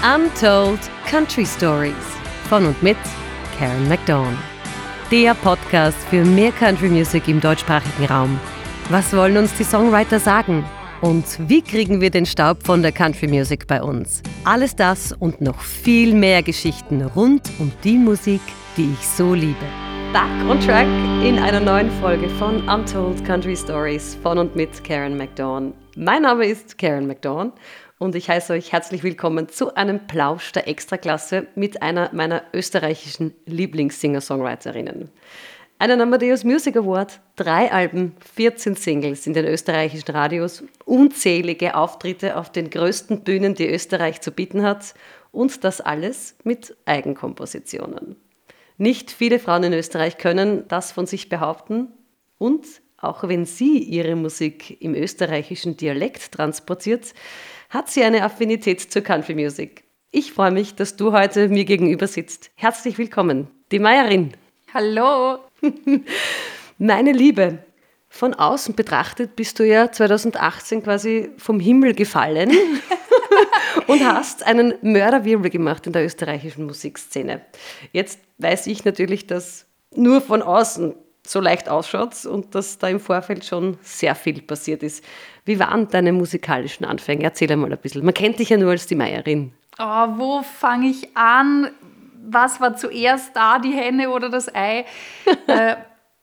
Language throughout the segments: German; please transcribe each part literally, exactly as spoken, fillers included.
Untold Country Stories von und mit Karen McDawn. Der Podcast für mehr Country Music im deutschsprachigen Raum. Was wollen uns die Songwriter sagen? Und wie kriegen wir den Staub von der Country Music bei uns? Alles das und noch viel mehr Geschichten rund um die Musik, die ich so liebe. Back on track in einer neuen Folge von Untold Country Stories von und mit Karen McDawn. Mein Name ist Karen McDawn und ich heiße euch herzlich willkommen zu einem Plausch der Extraklasse mit einer meiner österreichischen Lieblings-Singer-Songwriterinnen. Einen Amadeus Music Award, drei Alben, vierzehn Singles in den österreichischen Radios, unzählige Auftritte auf den größten Bühnen, die Österreich zu bieten hat und das alles mit Eigenkompositionen. Nicht viele Frauen in Österreich können das von sich behaupten und auch wenn sie ihre Musik im österreichischen Dialekt transportiert, hat sie eine Affinität zur Country Music. Ich freue mich, dass du heute mir gegenüber sitzt. Herzlich willkommen, die Meierin. Hallo. Meine Liebe, von außen betrachtet bist du ja zwanzig achtzehn quasi vom Himmel gefallen und hast einen Mörderwirbel gemacht in der österreichischen Musikszene. Jetzt weiß ich natürlich, dass nur von außen so leicht ausschaut und dass da im Vorfeld schon sehr viel passiert ist. Wie waren deine musikalischen Anfänge? Erzähl einmal ein bisschen. Man kennt dich ja nur als die Meierin. Oh, wo fange ich an? Was war zuerst da, die Henne oder das Ei? äh,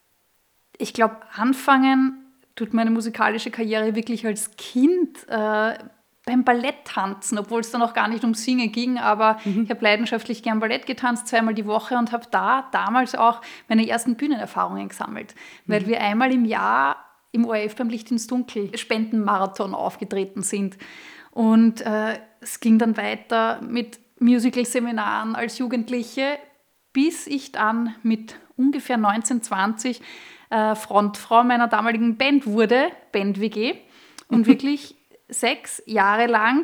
ich glaube, anfangen tut meine musikalische Karriere wirklich als Kind äh, beim Balletttanzen, obwohl es dann auch gar nicht um Singen ging, aber mhm. ich habe leidenschaftlich gern Ballett getanzt, zweimal die Woche und habe da damals auch meine ersten Bühnenerfahrungen gesammelt, mhm. weil wir einmal im Jahr im O R F beim Licht ins Dunkel Spendenmarathon aufgetreten sind. Und äh, es ging dann weiter mit Musical-Seminaren als Jugendliche, bis ich dann mit ungefähr neunzehn, zwanzig äh, Frontfrau meiner damaligen Band wurde, Band W G, und wirklich sechs Jahre lang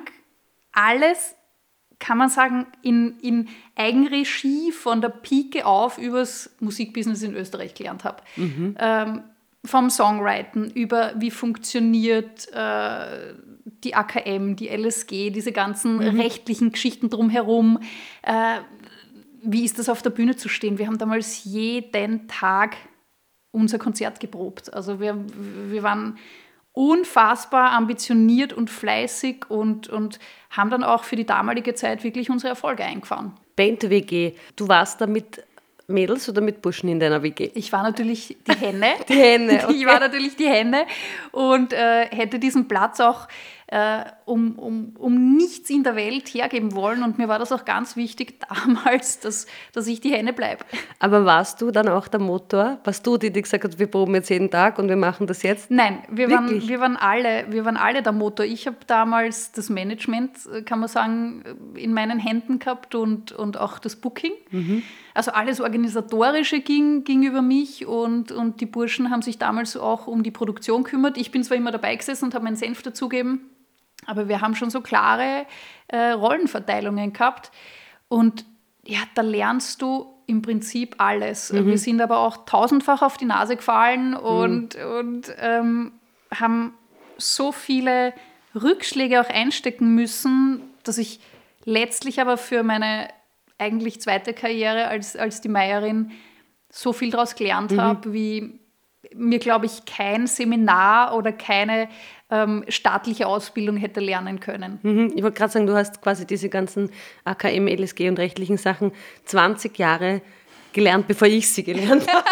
alles, kann man sagen, in, in Eigenregie von der Pike auf übers Musikbusiness in Österreich gelernt habe. Mhm. Ähm, vom Songwriten über wie funktioniert äh, die A K M, die L S G, diese ganzen mhm. rechtlichen Geschichten drumherum. Äh, wie ist das auf der Bühne zu stehen? Wir haben damals jeden Tag unser Konzert geprobt. Also wir, wir waren unfassbar ambitioniert und fleißig und, und haben dann auch für die damalige Zeit wirklich unsere Erfolge eingefahren. Band W G, du warst da mit Mädels oder mit Burschen in deiner W G? Ich war natürlich die Henne. Die Henne, okay. Ich war natürlich die Henne und äh, hätte diesen Platz auch äh, um, um, um nichts in der Welt hergeben wollen. Und mir war das auch ganz wichtig damals, dass, dass ich die Henne bleibe. Aber warst du dann auch der Motor? Warst du die, die gesagt hat, wir proben jetzt jeden Tag und wir machen das jetzt? Nein, wir, waren, wir, waren, alle, wir waren alle der Motor. Ich habe damals das Management, kann man sagen, in meinen Händen gehabt und, und auch das Booking. Mhm. Also alles Organisatorische ging, ging über mich und, und die Burschen haben sich damals auch um die Produktion gekümmert. Ich bin zwar immer dabei gesessen und habe meinen Senf dazugegeben, aber wir haben schon so klare äh, Rollenverteilungen gehabt. Und ja, da lernst du im Prinzip alles. Mhm. Wir sind aber auch tausendfach auf die Nase gefallen und, mhm. und ähm, haben so viele Rückschläge auch einstecken müssen, dass ich letztlich aber für meine eigentlich zweite Karriere als, als die Meierin so viel daraus gelernt mhm. habe, wie mir, glaube ich, kein Seminar oder keine ähm, staatliche Ausbildung hätte lernen können. Mhm. Ich wollte gerade sagen, du hast quasi diese ganzen A K M, L S G und rechtlichen Sachen zwanzig Jahre gelernt, bevor ich sie gelernt habe.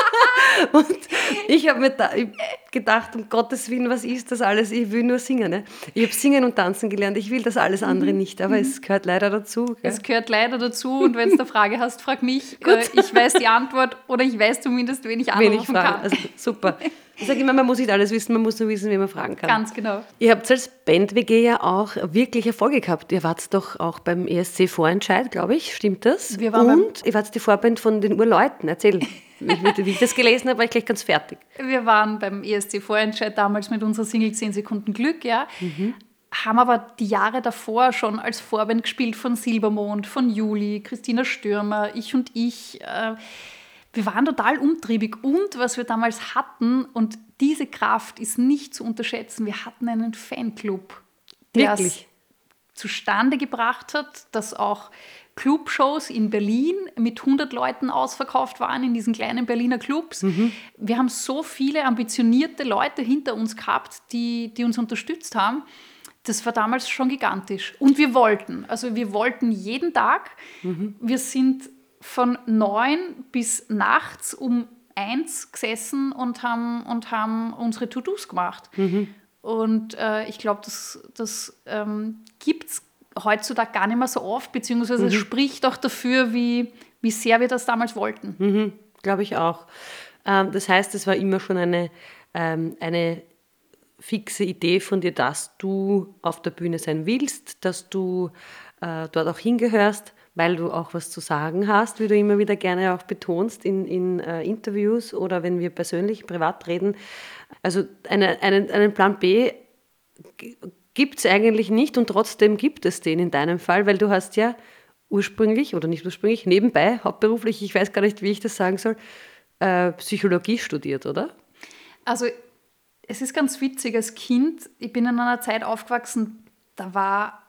Und ich habe mir da gedacht, um Gottes Willen, was ist das alles? Ich will nur singen. Ne? Ich habe Singen und Tanzen gelernt, ich will das alles andere nicht, aber mhm. es gehört leider dazu. Gell? Es gehört leider dazu und wenn du eine Frage hast, frag mich. Äh, ich weiß die Antwort oder ich weiß zumindest, wen ich anrufen wen ich kann. Also, super. Ich sage immer, man muss nicht alles wissen, man muss nur wissen, wie man fragen kann. Ganz genau. Ihr habt als Band W G ja auch wirklich Erfolge gehabt. Ihr wart doch auch beim E S C-Vorentscheid, glaube ich, stimmt das? Wir waren und ihr wart die Vorband von den Urleuten. Erzähl, wie, wie ich das gelesen habe, war ich gleich ganz fertig. Wir waren beim E S C-Vorentscheid damals mit unserer Single zehn Sekunden Glück, ja. Mhm. Haben aber die Jahre davor schon als Vorband gespielt von Silbermond, von Juli, Christina Stürmer, ich und ich. Äh, wir waren total umtriebig und was wir damals hatten, und diese Kraft ist nicht zu unterschätzen, wir hatten einen Fanclub. Wirklich? zustande gebracht hat, dass auch Clubshows in Berlin mit hundert Leuten ausverkauft waren in diesen kleinen Berliner Clubs. Mhm. Wir haben so viele ambitionierte Leute hinter uns gehabt, die, die uns unterstützt haben. Das war damals schon gigantisch. Und wir wollten. Also wir wollten jeden Tag. Mhm. Wir sind von neun bis nachts um eins gesessen und haben, und haben unsere To-Dos gemacht. Mhm. Und äh, ich glaube, das, das ähm, gibt es heutzutage gar nicht mehr so oft, beziehungsweise mhm. es spricht auch dafür, wie, wie sehr wir das damals wollten. Mhm. Glaube ich auch. Ähm, das heißt, es war immer schon eine, ähm, eine fixe Idee von dir, dass du auf der Bühne sein willst, dass du äh, dort auch hingehörst, weil du auch was zu sagen hast, wie du immer wieder gerne auch betonst in, in äh, Interviews oder wenn wir persönlich, privat reden. Also eine, einen, einen Plan B g- gibt es eigentlich nicht und trotzdem gibt es den in deinem Fall, weil du hast ja ursprünglich, oder nicht ursprünglich, nebenbei, hauptberuflich, ich weiß gar nicht, wie ich das sagen soll, äh, Psychologie studiert, oder? Also es ist ganz witzig, als Kind, ich bin in einer Zeit aufgewachsen, da war,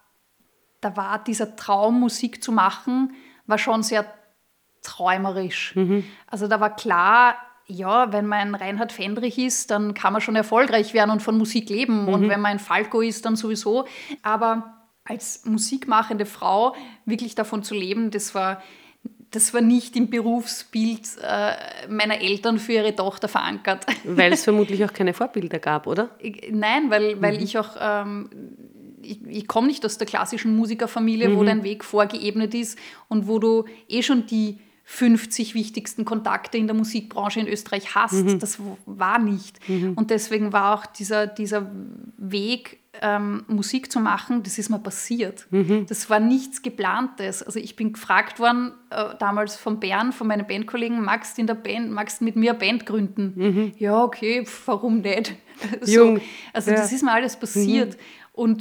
da war dieser Traum, Musik zu machen, war schon sehr träumerisch. Mhm. Also da war klar, ja, wenn man ein Reinhard Fendrich ist, dann kann man schon erfolgreich werden und von Musik leben. Mhm. Und wenn man ein Falco ist, dann sowieso. Aber als musikmachende Frau wirklich davon zu leben, das war... Das war nicht im Berufsbild äh, meiner Eltern für ihre Tochter verankert. Weil es vermutlich auch keine Vorbilder gab, oder? Nein, weil, weil mhm. ich auch, ähm, ich, ich komme nicht aus der klassischen Musikerfamilie, mhm. wo dein Weg vorgeebnet ist und wo du eh schon die fünfzig wichtigsten Kontakte in der Musikbranche in Österreich hast. Mhm. Das war nicht. Mhm. Und deswegen war auch dieser, dieser Weg, ähm, Musik zu machen, das ist mir passiert. Mhm. Das war nichts Geplantes. Also ich bin gefragt worden, äh, damals von Bern, von meinen Bandkollegen, magst du in der Band, magst du mit mir eine Band gründen? Mhm. Ja, okay, pf, warum nicht? So, also ja. Das ist mir alles passiert. Mhm. Und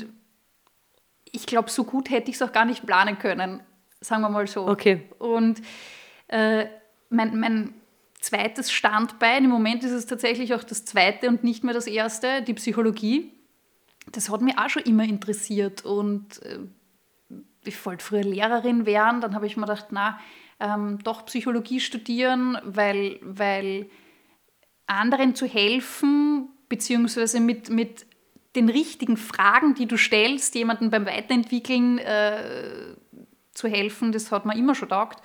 ich glaube, so gut hätte ich es auch gar nicht planen können, sagen wir mal so. Okay. Und äh, mein, mein zweites Standbein, im Moment ist es tatsächlich auch das zweite und nicht mehr das erste, die Psychologie. Das hat mich auch schon immer interessiert und äh, ich wollte früher Lehrerin werden, dann habe ich mir gedacht, na, ähm, doch Psychologie studieren, weil, weil anderen zu helfen, beziehungsweise mit, mit den richtigen Fragen, die du stellst, jemandem beim Weiterentwickeln äh, zu helfen, das hat mir immer schon taugt.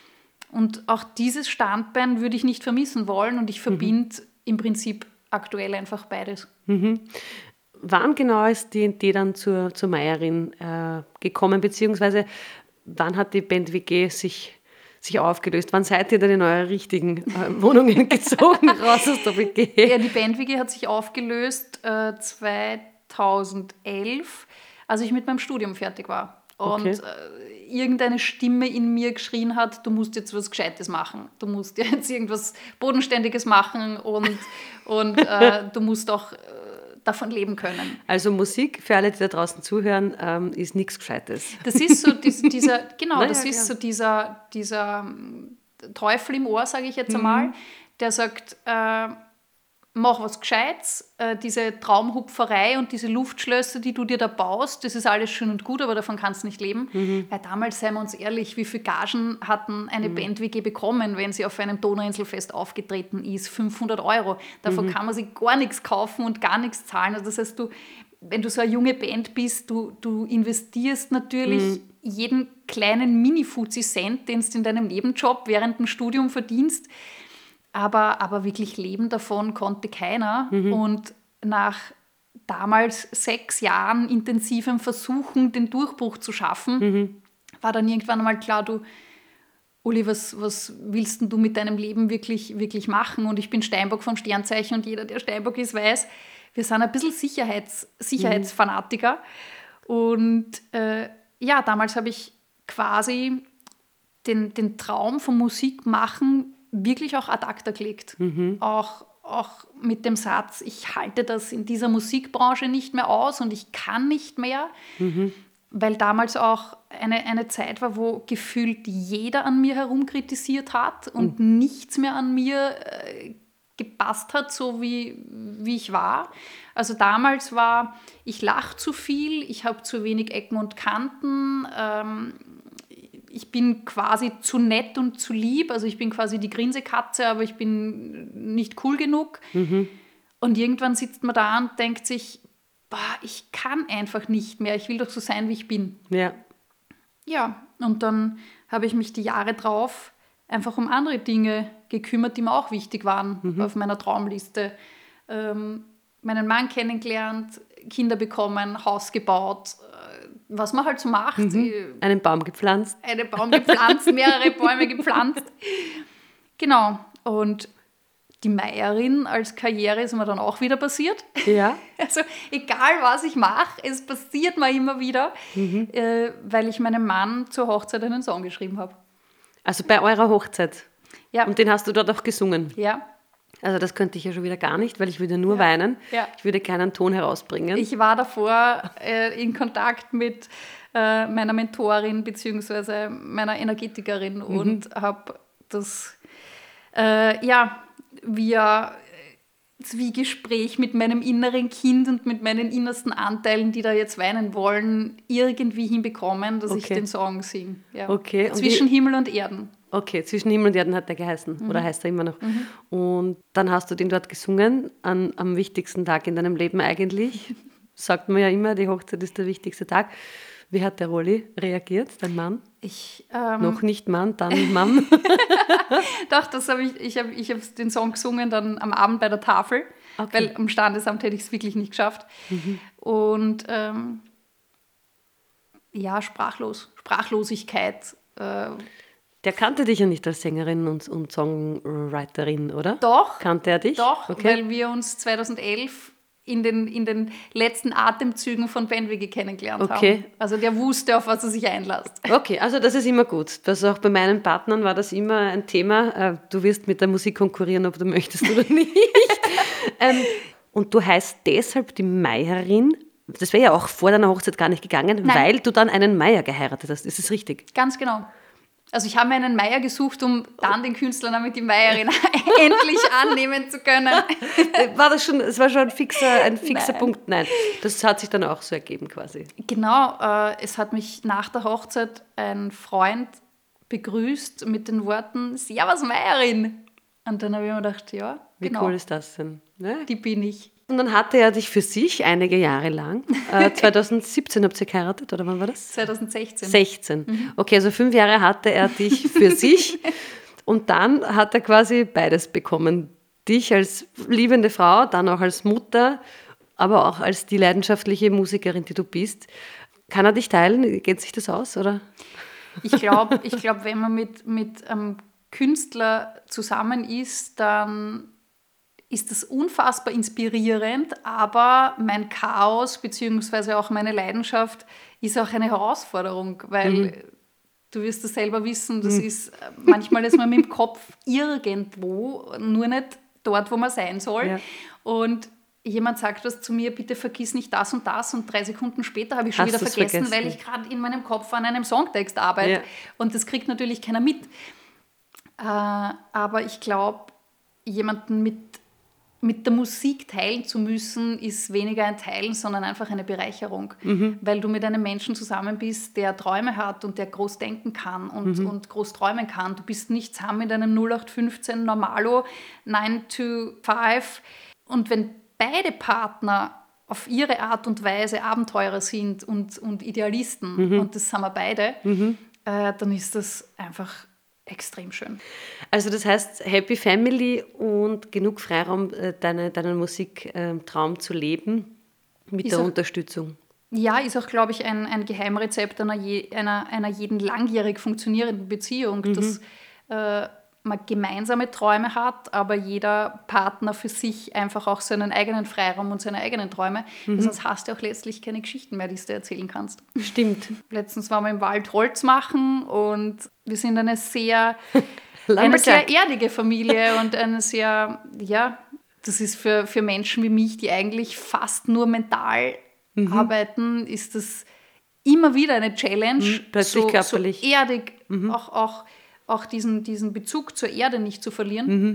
Und auch dieses Standbein würde ich nicht vermissen wollen und ich verbinde mhm. im Prinzip aktuell einfach beides. Mhm. Wann genau ist die Idee dann zur, zur Meierin äh, gekommen, beziehungsweise wann hat die Band W G sich, sich aufgelöst? Wann seid ihr denn in eure richtigen äh, Wohnungen gezogen, raus aus der W G? Ja, die Band W G hat sich aufgelöst äh, zweitausendelf, als ich mit meinem Studium fertig war. Und okay. äh, irgendeine Stimme in mir geschrien hat, du musst jetzt was Gescheites machen. Du musst jetzt irgendwas Bodenständiges machen und, und äh, du musst auch... Äh, davon leben können. Also Musik, für alle, die da draußen zuhören, ähm, ist nichts Gescheites. Das ist so dies, dieser, genau, naja, das ist klar. so dieser, dieser Teufel im Ohr, sage ich jetzt einmal, mhm. der sagt, äh, mach was Gescheites, äh, diese Traumhupferei und diese Luftschlösser, die du dir da baust, das ist alles schön und gut, aber davon kannst du nicht leben. Mhm. Weil damals, seien wir uns ehrlich, wie viel Gagen hatten eine mhm. Band W G bekommen, wenn sie auf einem Donauinselfest aufgetreten ist? fünfhundert Euro. Davon mhm. kann man sich gar nichts kaufen und gar nichts zahlen. Also das heißt, du, wenn du so eine junge Band bist, du, du investierst natürlich mhm. jeden kleinen Mini-Fuzzi-Cent, den du in deinem Nebenjob während dem Studium verdienst. Aber, aber wirklich leben davon konnte keiner. Mhm. Und nach damals sechs Jahren intensivem Versuchen, den Durchbruch zu schaffen, mhm. war dann irgendwann einmal klar, du, Uli, was, was willst denn du mit deinem Leben wirklich, wirklich machen? Und ich bin Steinbock vom Sternzeichen und jeder, der Steinbock ist, weiß, wir sind ein bisschen Sicherheits, Sicherheitsfanatiker. Mhm. Und äh, ja, damals habe ich quasi den, den Traum vom Musikmachen wirklich auch ad acta gelegt. Mhm. Auch, auch mit dem Satz, ich halte das in dieser Musikbranche nicht mehr aus und ich kann nicht mehr, mhm. weil damals auch eine, eine Zeit war, wo gefühlt jeder an mir herum kritisiert hat und mhm. nichts mehr an mir äh, gepasst hat, so wie, wie ich war. Also damals war, ich lache zu viel, ich habe zu wenig Ecken und Kanten, ähm, ich bin quasi zu nett und zu lieb, also ich bin quasi die Grinsekatze, aber ich bin nicht cool genug. Mhm. Und irgendwann sitzt man da und denkt sich, boah, ich kann einfach nicht mehr, ich will doch so sein, wie ich bin. Ja. Ja, und dann habe ich mich die Jahre drauf einfach um andere Dinge gekümmert, die mir auch wichtig waren mhm. auf meiner Traumliste. Ähm, meinen Mann kennengelernt, Kinder bekommen, Haus gebaut, äh, was man halt so macht. Mhm. Einen Baum gepflanzt. Einen Baum gepflanzt, mehrere Bäume gepflanzt. Genau, und die Meierin als Karriere ist mir dann auch wieder passiert. Ja. Also egal, was ich mache, es passiert mir immer wieder, mhm. äh, weil ich meinem Mann zur Hochzeit einen Song geschrieben habe. Also bei eurer Hochzeit? Ja. Und den hast du dort auch gesungen? Ja. Also das könnte ich ja schon wieder gar nicht, weil ich würde nur ja. weinen. Ja. Ich würde keinen Ton herausbringen. Ich war davor äh, in Kontakt mit äh, meiner Mentorin bzw. meiner Energetikerin mhm. und habe das, äh, ja, via Zwiegespräch mit meinem inneren Kind und mit meinen innersten Anteilen, die da jetzt weinen wollen, irgendwie hinbekommen, dass okay. ich den Song singe. Ja. Okay. Zwischen die, Himmel und Erden. Okay, zwischen Himmel und Erden hat der geheißen mhm. oder heißt er immer noch. Mhm. Und dann hast du den dort gesungen, an, am wichtigsten Tag in deinem Leben eigentlich. Sagt man ja immer, die Hochzeit ist der wichtigste Tag. Wie hat der Rolli reagiert, dein Mann? Ich, ähm, Noch nicht Mann, dann Mann. Doch, das habe ich, ich habe ich hab den Song gesungen dann am Abend bei der Tafel, okay. weil am Standesamt hätte ich es wirklich nicht geschafft. Mhm. Und ähm, ja, sprachlos, Sprachlosigkeit. Äh, Der kannte dich ja nicht als Sängerin und, und Songwriterin, oder? Doch. Kannte er dich? Doch, okay. weil wir uns zweitausendelf in den, in den letzten Atemzügen von Bandwege kennengelernt okay. haben. Also der wusste, auf was er sich einlässt. Okay, also das ist immer gut. Das auch bei meinen Partnern war das immer ein Thema. Du wirst mit der Musik konkurrieren, ob du möchtest oder nicht. ähm, und du heißt deshalb die Meierin. Das wäre ja auch vor deiner Hochzeit gar nicht gegangen, Nein. weil du dann einen Meier geheiratet hast. Ist das richtig? Ganz genau. Also ich habe mir einen Meier gesucht, um dann den Künstlernamen die Meierin endlich annehmen zu können. War das schon, es war schon ein fixer, ein fixer Nein. Punkt? Nein, das hat sich dann auch so ergeben quasi. Genau, äh, es hat mich nach der Hochzeit ein Freund begrüßt mit den Worten Servus Meierin. Und dann habe ich mir gedacht, ja, Wie genau. cool ist das denn? Ne? Die bin ich. Und dann hatte er dich für sich einige Jahre lang. Äh, zweitausendsiebzehn habt ihr geheiratet, oder wann war das? zweitausendsechzehn. sechzehn. Mhm. Okay, also fünf Jahre hatte er dich für sich. Und dann hat er quasi beides bekommen. Dich als liebende Frau, dann auch als Mutter, aber auch als die leidenschaftliche Musikerin, die du bist. Kann er dich teilen? Geht sich das aus, oder? Ich glaube, ich glaub, wenn man mit, mit einem Künstler zusammen ist, dann ist das unfassbar inspirierend, aber mein Chaos bzw. auch meine Leidenschaft ist auch eine Herausforderung, weil mhm. du wirst das selber wissen, das mhm. ist, manchmal ist man mit dem Kopf irgendwo, nur nicht dort, wo man sein soll. Ja. Und jemand sagt was zu mir, bitte vergiss nicht das und das, und drei Sekunden später habe ich schon Hast wieder vergessen, vergessen, weil ich gerade in meinem Kopf an einem Songtext arbeite. Ja. Und das kriegt natürlich keiner mit. Äh, aber ich glaube, jemanden mit mit der Musik teilen zu müssen, ist weniger ein Teilen, sondern einfach eine Bereicherung. Mhm. Weil du mit einem Menschen zusammen bist, der Träume hat und der groß denken kann und, mhm. und groß träumen kann. Du bist nicht zusammen mit einem null acht fünfzehn Normalo, nine to five. Und wenn beide Partner auf ihre Art und Weise Abenteurer sind und, und Idealisten, mhm. und das sind wir beide, mhm. äh, dann ist das einfach extrem schön. Also das heißt, Happy Family und genug Freiraum, deine, deinen Musiktraum zu leben, mit ist der auch, Unterstützung. Ja, ist auch, glaube ich, ein, ein Geheimrezept einer, je, einer, einer jeden langjährig funktionierenden Beziehung, mhm. dass äh, man gemeinsame Träume hat, aber jeder Partner für sich einfach auch seinen eigenen Freiraum und seine eigenen Träume. Mhm. Sonst hast du auch letztlich keine Geschichten mehr, die du erzählen kannst. Stimmt. Letztens waren wir im Wald Holz machen und wir sind eine sehr, eine sehr erdige Familie und eine sehr, ja, das ist für, für Menschen wie mich, die eigentlich fast nur mental mhm. arbeiten, ist das immer wieder eine Challenge. Mhm, plötzlich so, körperlich. So erdig, mhm. auch, auch auch diesen, diesen Bezug zur Erde nicht zu verlieren. Mhm.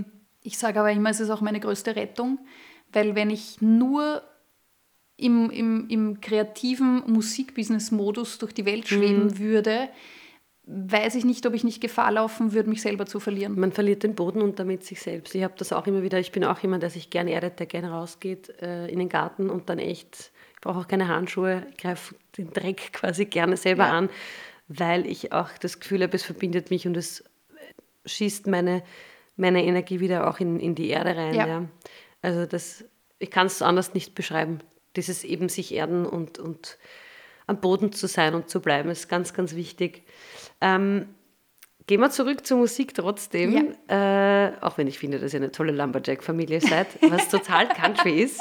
Ich sage aber immer, es ist auch meine größte Rettung, weil wenn ich nur im, im, im kreativen Musikbusiness-Modus durch die Welt schweben mhm. würde, weiß ich nicht, ob ich nicht Gefahr laufen würde, mich selber zu verlieren. Man verliert den Boden und damit sich selbst. Ich habe das auch immer wieder, ich bin auch jemand, der sich gerne erdet, der gerne rausgeht äh, in den Garten und dann echt, ich brauche auch keine Handschuhe, ich greife den Dreck quasi gerne selber ja. an, weil ich auch das Gefühl habe, es verbindet mich und es schießt meine, meine Energie wieder auch in, in die Erde rein. Ja. Ja. Also das, ich kann es anders nicht beschreiben. Dieses eben sich erden und, und am Boden zu sein und zu bleiben, ist ganz, ganz wichtig. Ähm, gehen wir zurück zur Musik trotzdem, ja. äh, auch wenn ich finde, dass ihr eine tolle Lumberjack-Familie seid, was total Country ist.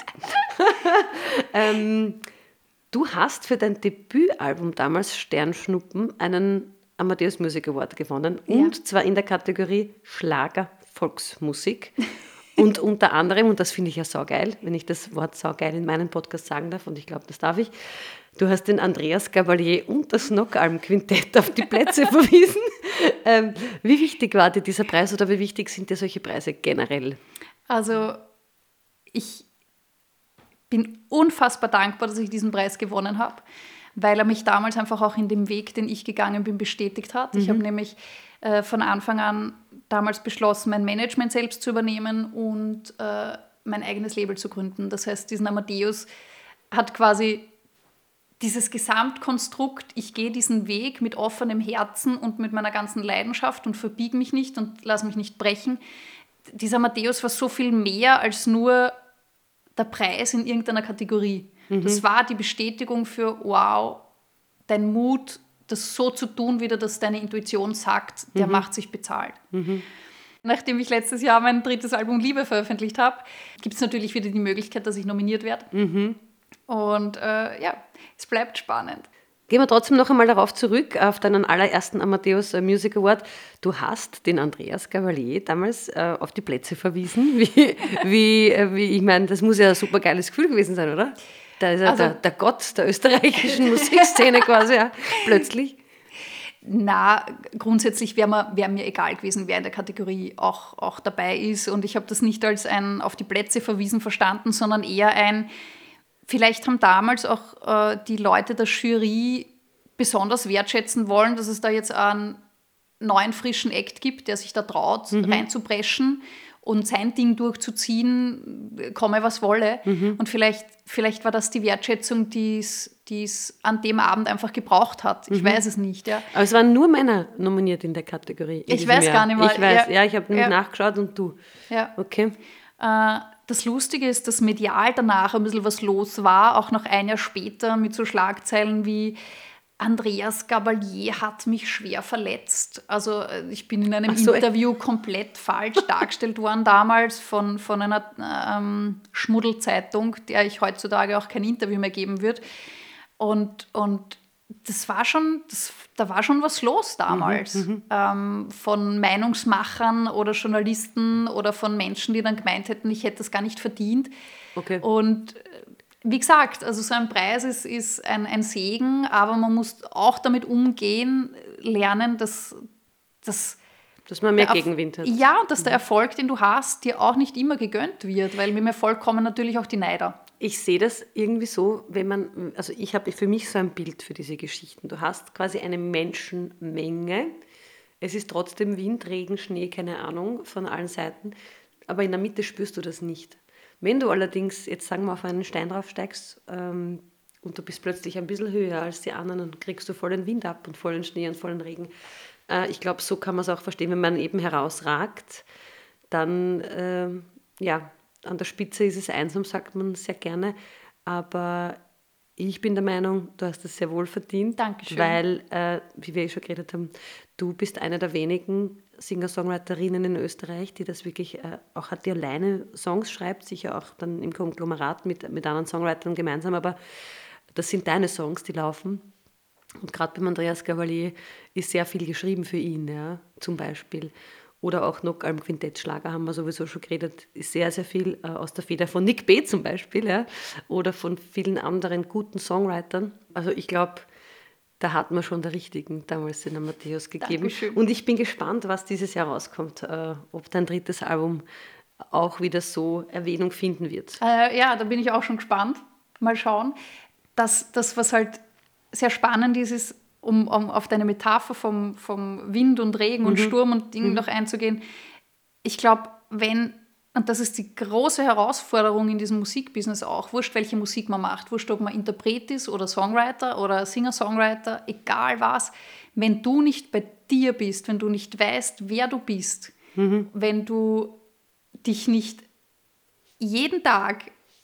ähm, du hast für dein Debütalbum damals Sternschnuppen einen Amadeus Music Award gewonnen ja. und zwar in der Kategorie Schlager Volksmusik. Und unter anderem, und das finde ich ja saugeil, wenn ich das Wort saugeil in meinem Podcast sagen darf, und ich glaube, das darf ich, du hast den Andreas Gabalier und das Knockalm-Quintett auf die Plätze verwiesen. Ähm, wie wichtig war dir dieser Preis oder wie wichtig sind dir solche Preise generell? Also ich bin unfassbar dankbar, dass ich diesen Preis gewonnen habe, weil er mich damals einfach auch in dem Weg, den ich gegangen bin, bestätigt hat. Mhm. Ich habe nämlich äh, von Anfang an damals beschlossen, mein Management selbst zu übernehmen und äh, mein eigenes Label zu gründen. Das heißt, diesen Amadeus hat quasi dieses Gesamtkonstrukt, ich gehe diesen Weg mit offenem Herzen und mit meiner ganzen Leidenschaft und verbiege mich nicht und lasse mich nicht brechen. Dieser Amadeus war so viel mehr als nur der Preis in irgendeiner Kategorie. Mhm. Das war die Bestätigung für, wow, dein Mut, das so zu tun, wie dir das deine Intuition sagt, der mhm. macht sich bezahlt. Mhm. Nachdem ich letztes Jahr mein drittes Album Liebe veröffentlicht habe, gibt es natürlich wieder die Möglichkeit, dass ich nominiert werde. Mhm. Und äh, ja, es bleibt spannend. Gehen wir trotzdem noch einmal darauf zurück, auf deinen allerersten Amadeus Music Award. Du hast den Andreas Gabalier damals äh, auf die Plätze verwiesen. Wie, wie, äh, wie, ich meine, das muss ja ein super geiles Gefühl gewesen sein, oder? Da ist ja also, der, der Gott der österreichischen Musikszene quasi, ja, plötzlich. Na, grundsätzlich wäre mir, wär mir egal gewesen, wer in der Kategorie auch, auch dabei ist. Und ich habe das nicht als ein auf die Plätze verwiesen verstanden, sondern eher ein, vielleicht haben damals auch äh, die Leute der Jury besonders wertschätzen wollen, dass es da jetzt einen neuen, frischen Act gibt, der sich da traut, mhm. reinzupreschen und sein Ding durchzuziehen, komme was wolle. Mhm. Und vielleicht, vielleicht war das die Wertschätzung, die es an dem Abend einfach gebraucht hat. Ich mhm. weiß es nicht. Ja. Aber es waren nur Männer nominiert in der Kategorie. In ich weiß Jahr. gar nicht mehr. Ich weiß, ja, ja ich habe ja. nachgeschaut und du. Ja. Okay. Äh, das Lustige ist, dass medial danach ein bisschen was los war, auch noch ein Jahr später mit so Schlagzeilen wie Andreas Gabalier hat mich schwer verletzt. Also ich bin in einem so, Interview komplett falsch dargestellt worden damals von, von einer ähm, Schmuddelzeitung, der ich heutzutage auch kein Interview mehr geben würde. Und, und das war schon, das, da war schon was los damals. Mhm, ähm, von Meinungsmachern oder Journalisten oder von Menschen, die dann gemeint hätten, ich hätte das gar nicht verdient. Okay. Und wie gesagt, also so ein Preis ist, ist ein, ein Segen, aber man muss auch damit umgehen, lernen, dass, dass, dass man mehr Gegenwind hat. Ja, und dass der Erfolg, den du hast, dir auch nicht immer gegönnt wird, weil mit dem Erfolg kommen natürlich auch die Neider. Ich sehe das irgendwie so, wenn man, also ich habe für mich so ein Bild für diese Geschichten. Du hast quasi eine Menschenmenge, es ist trotzdem Wind, Regen, Schnee, keine Ahnung, von allen Seiten, aber in der Mitte spürst du das nicht. Wenn du allerdings, jetzt sagen wir, auf einen Stein draufsteigst ähm, und du bist plötzlich ein bisschen höher als die anderen, dann kriegst du vollen Wind ab und vollen Schnee und vollen Regen. Äh, ich glaube, so kann man es auch verstehen, wenn man eben herausragt, dann, äh, ja, an der Spitze ist es einsam, sagt man sehr gerne, aber ich bin der Meinung, du hast es sehr wohl verdient. Dankeschön. Weil, äh, wie wir eh schon geredet haben, du bist eine der wenigen Singer-Songwriterinnen in Österreich, die das wirklich äh, auch hat, die alleine Songs schreibt, sicher auch dann im Konglomerat mit, mit anderen Songwritern gemeinsam, aber das sind deine Songs, die laufen. Und gerade beim Andreas Gabalier ist sehr viel geschrieben für ihn, ja, zum Beispiel. Oder auch Knockalm-Quintett-Schlager haben wir sowieso schon geredet, ist sehr, sehr viel äh, aus der Feder von Nick B. zum Beispiel, ja, oder von vielen anderen guten Songwritern. Also ich glaube, da hat man schon der Richtigen damals den Amadeus gegeben. Dankeschön. Und ich bin gespannt, was dieses Jahr rauskommt, äh, ob dein drittes Album auch wieder so Erwähnung finden wird. Äh, ja, da bin ich auch schon gespannt. Mal schauen. Das, das was halt sehr spannend ist, ist, um, um auf deine Metapher vom, vom Wind und Regen mhm. und Sturm und Dingen mhm. noch einzugehen. Ich glaube, wenn, und das ist die große Herausforderung in diesem Musikbusiness auch, wurscht, welche Musik man macht, wurscht, ob man Interpret ist oder Songwriter oder Singer-Songwriter, egal was, wenn du nicht bei dir bist, wenn du nicht weißt, wer du bist, mhm. wenn du dich nicht jeden Tag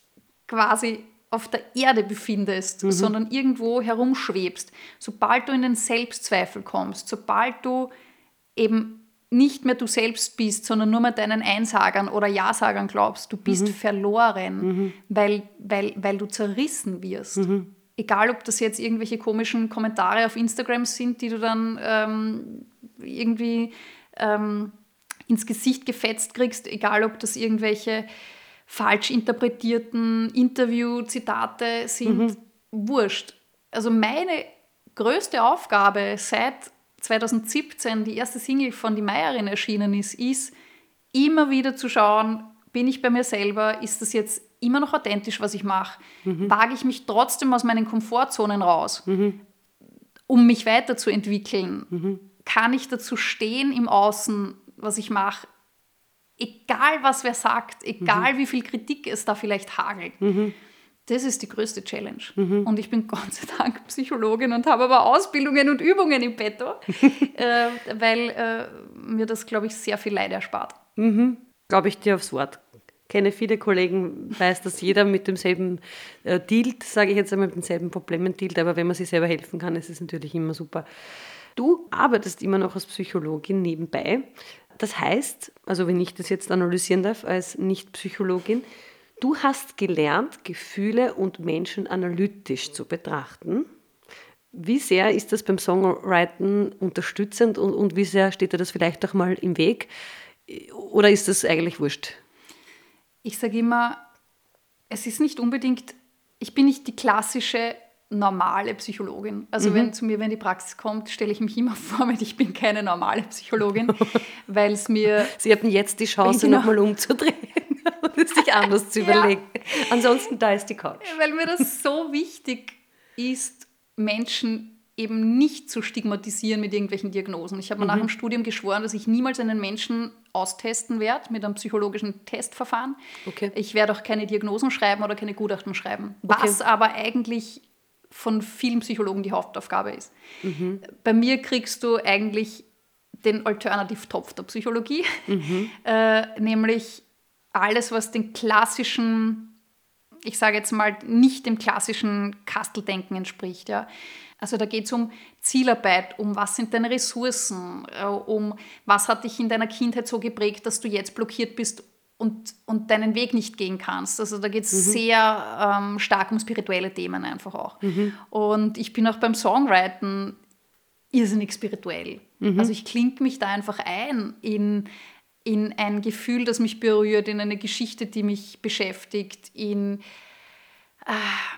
quasi auf der Erde befindest, mhm. sondern irgendwo herumschwebst, sobald du in den Selbstzweifel kommst, sobald du eben nicht mehr du selbst bist, sondern nur mehr deinen Einsagern oder Ja-Sagern glaubst, du bist mhm. verloren, mhm. Weil, weil, weil du zerrissen wirst. Mhm. Egal, ob das jetzt irgendwelche komischen Kommentare auf Instagram sind, die du dann ähm, irgendwie ähm, ins Gesicht gefetzt kriegst, egal, ob das irgendwelche falsch interpretierten Interview-Zitate sind, mhm. wurscht. Also meine größte Aufgabe seit zwanzig siebzehn, die erste Single von Die Meierin erschienen ist, ist immer wieder zu schauen, bin ich bei mir selber, ist das jetzt immer noch authentisch, was ich mache? Mhm. Wage ich mich trotzdem aus meinen Komfortzonen raus, mhm. um mich weiterzuentwickeln? Mhm. Kann ich dazu stehen im Außen, was ich mache? Egal, was wer sagt, egal, mhm. wie viel Kritik es da vielleicht hagelt. Mhm. Das ist die größte Challenge. Mhm. Und ich bin Gott sei Dank Psychologin und habe aber Ausbildungen und Übungen im Petto, äh, weil äh, mir das, glaube ich, sehr viel Leid erspart. Mhm. Glaube ich dir aufs Wort. Ich kenne viele Kollegen, weiß, dass jeder mit demselben äh, dealt, sage ich jetzt einmal, mit denselben Problemen dealt, aber wenn man sich selber helfen kann, ist es natürlich immer super. Du arbeitest immer noch als Psychologin nebenbei. Das heißt, also wenn ich das jetzt analysieren darf als Nicht-Psychologin, du hast gelernt, Gefühle und Menschen analytisch zu betrachten. Wie sehr ist das beim Songwriting unterstützend und, und wie sehr steht dir das vielleicht auch mal im Weg? Oder ist das eigentlich wurscht? Ich sage immer, es ist nicht unbedingt, ich bin nicht die klassische normale Psychologin. Also mhm. wenn zu mir, wenn die Praxis kommt, stelle ich mich immer vor, weil ich bin keine normale Psychologin, weil es mir... Sie hatten jetzt die Chance, genau. nochmal umzudrehen und es sich anders zu überlegen. Ja. Ansonsten, da ist die Couch. Weil mir das so wichtig ist, Menschen eben nicht zu stigmatisieren mit irgendwelchen Diagnosen. Ich habe mir mhm. nach dem Studium geschworen, dass ich niemals einen Menschen austesten werde mit einem psychologischen Testverfahren. Okay. Ich werde auch keine Diagnosen schreiben oder keine Gutachten schreiben. Was okay. aber eigentlich von vielen Psychologen die Hauptaufgabe ist. Mhm. Bei mir kriegst du eigentlich den Alternative-Topf der Psychologie, mhm. äh, nämlich alles, was den klassischen, ich sage jetzt mal, nicht dem klassischen Kasteldenken entspricht. Ja. Also da geht es um Zielarbeit, um was sind deine Ressourcen, äh, um was hat dich in deiner Kindheit so geprägt, dass du jetzt blockiert bist und, und deinen Weg nicht gehen kannst. Also da geht es mhm. sehr ähm, stark um spirituelle Themen einfach auch. Mhm. Und ich bin auch beim Songwriten irrsinnig spirituell. Mhm. Also ich klinke mich da einfach ein in, in ein Gefühl, das mich berührt, in eine Geschichte, die mich beschäftigt, in äh,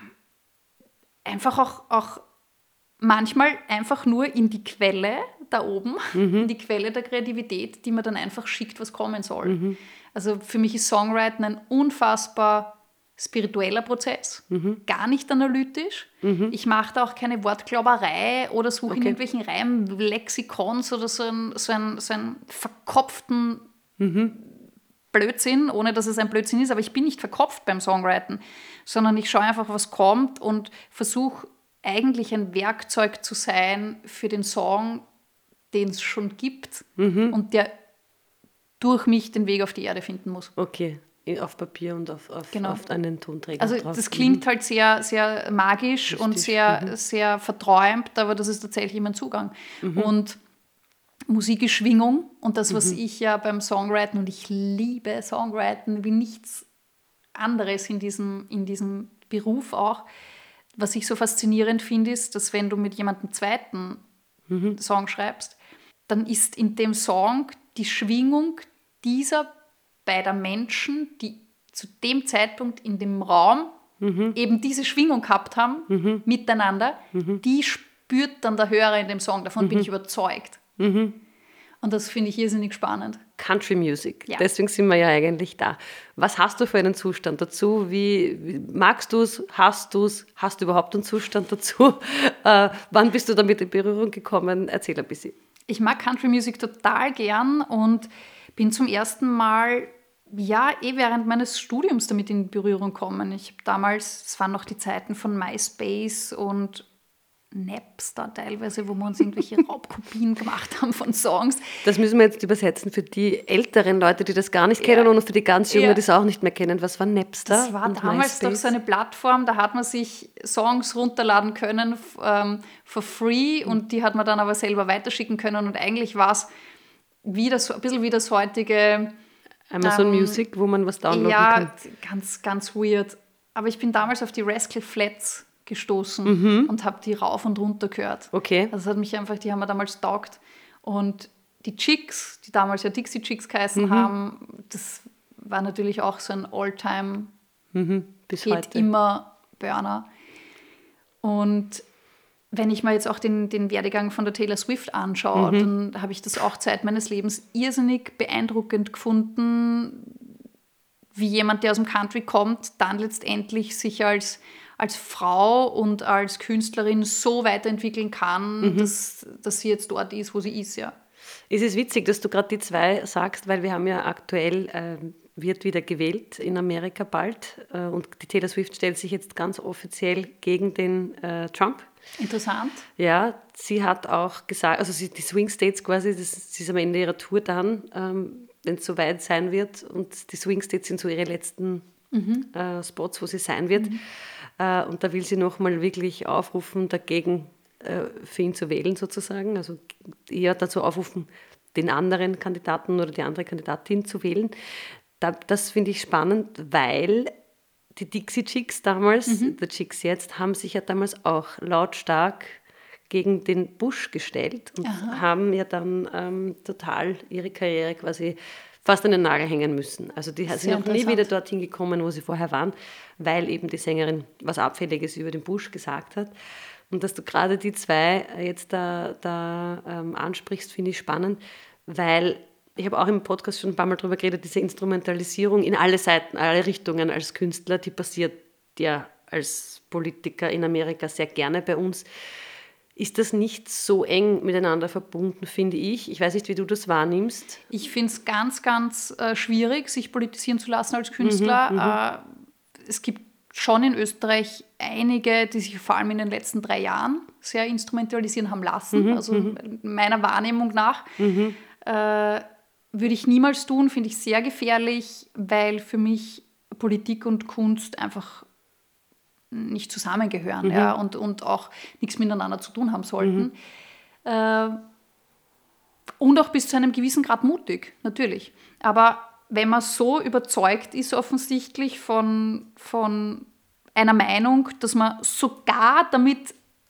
einfach auch, auch manchmal einfach nur in die Quelle da oben, mhm. in die Quelle der Kreativität, die mir dann einfach schickt, was kommen soll. Mhm. Also für mich ist Songwriting ein unfassbar spiritueller Prozess, mhm. gar nicht analytisch. Mhm. Ich mache da auch keine Wortglauberei oder suche okay. in irgendwelchen Reimlexikons oder so einen, so einen, so einen verkopften mhm. Blödsinn, ohne dass es ein Blödsinn ist, aber ich bin nicht verkopft beim Songwriting, sondern ich schaue einfach, was kommt und versuche eigentlich ein Werkzeug zu sein für den Song, den es schon gibt mhm. und der durch mich den Weg auf die Erde finden muss. Okay, auf Papier und auf, auf, genau. auf einen Tonträger also drauf. Das klingt mhm. halt sehr, sehr magisch Richtig. und sehr, mhm. sehr verträumt, aber das ist tatsächlich immer ein Zugang. Mhm. Und Musik ist Schwingung und das, was mhm. ich ja beim Songwriting, und ich liebe Songwriting wie nichts anderes in diesem, in diesem Beruf auch, was ich so faszinierend finde, ist, dass wenn du mit jemandem zweiten mhm. Song schreibst, dann ist in dem Song die Schwingung dieser beider Menschen, die zu dem Zeitpunkt in dem Raum mhm. eben diese Schwingung gehabt haben, mhm. miteinander, mhm. die spürt dann der Hörer in dem Song. Davon mhm. bin ich überzeugt. Mhm. Und das finde ich irrsinnig spannend. Country Music. Ja. Deswegen sind wir ja eigentlich da. Was hast du für einen Zustand dazu? Wie, wie magst du es? Hast du es? Hast du überhaupt einen Zustand dazu? Äh, wann bist du damit in Berührung gekommen? Erzähl ein bisschen. Ich mag Country Music total gern und bin zum ersten Mal, ja, eh während meines Studiums damit in Berührung gekommen. Ich habe damals, es waren noch die Zeiten von MySpace und Napster teilweise, wo wir uns irgendwelche Raubkopien gemacht haben von Songs. Das müssen wir jetzt übersetzen für die älteren Leute, die das gar nicht Ja. kennen und für die ganz Jungen, Ja. die es auch nicht mehr kennen. Was war Napster? Das war und damals doch MySpace? so eine Plattform, da hat man sich Songs runterladen können f- ähm, for free und die hat man dann aber selber weiterschicken können und eigentlich war es wie das, ein bisschen wie das heutige Amazon ähm, Music, wo man was downloaden ja, kann. ganz, ganz weird. Aber ich bin damals auf die Rascal Flatts gestoßen Mhm. und habe die rauf und runter gehört. Okay. Also es hat mich einfach, die haben mir damals taugt. Und die Chicks, die damals ja Dixie Chicks geheißen Mhm. haben, das war natürlich auch so ein All-Time, Mhm. Bis geht heute. immer Burner. Und wenn ich mir jetzt auch den, den Werdegang von der Taylor Swift anschaue, Mhm. dann habe ich das auch Zeit meines Lebens irrsinnig beeindruckend gefunden, wie jemand, der aus dem Country kommt, dann letztendlich sich als, als Frau und als Künstlerin so weiterentwickeln kann, Mhm. dass, dass sie jetzt dort ist, wo sie ist. Ja. Es ist witzig, dass du gerade die zwei sagst, weil wir haben ja aktuell, ähm, wird wieder gewählt in Amerika bald äh, und die Taylor Swift stellt sich jetzt ganz offiziell gegen den äh, Trump. Interessant. Ja, sie hat auch gesagt, also sie, die Swing States quasi, das, sie ist am Ende ihrer Tour dann, ähm, wenn es soweit sein wird und die Swing States sind so ihre letzten Mhm. äh, Spots, wo sie sein wird. Äh, und da will sie nochmal wirklich aufrufen, dagegen äh, für ihn zu wählen sozusagen, also eher dazu aufrufen, den anderen Kandidaten oder die andere Kandidatin zu wählen. Da, das finde ich spannend, weil die Dixie Chicks damals, Mhm. die Chicks jetzt, haben sich ja damals auch lautstark gegen den Bush gestellt und Aha. haben ja dann ähm, total ihre Karriere quasi fast an den Nagel hängen müssen. Also die sind Sehr auch nie interessant. wieder dorthin gekommen, wo sie vorher waren, weil eben die Sängerin was Abfälliges über den Bush gesagt hat. Und dass du gerade die zwei jetzt da, da ähm, ansprichst, finde ich spannend, weil ich habe auch im Podcast schon ein paar Mal darüber geredet, diese Instrumentalisierung in alle Seiten, alle Richtungen als Künstler, die passiert ja als Politiker in Amerika sehr gerne bei uns. Ist das nicht so eng miteinander verbunden, finde ich? Ich weiß nicht, wie du das wahrnimmst. Ich finde es ganz, ganz äh, schwierig, sich politisieren zu lassen als Künstler. Äh, es gibt schon in Österreich einige, die sich vor allem in den letzten drei Jahren sehr instrumentalisieren haben lassen. Also meiner Wahrnehmung nach. Äh, würde ich niemals tun, finde ich sehr gefährlich, weil für mich Politik und Kunst einfach nicht zusammengehören, ja, und, und auch nichts miteinander zu tun haben sollten. Äh, und auch bis zu einem gewissen Grad mutig, natürlich. Aber wenn man so überzeugt ist offensichtlich von, von einer Meinung, dass man sogar damit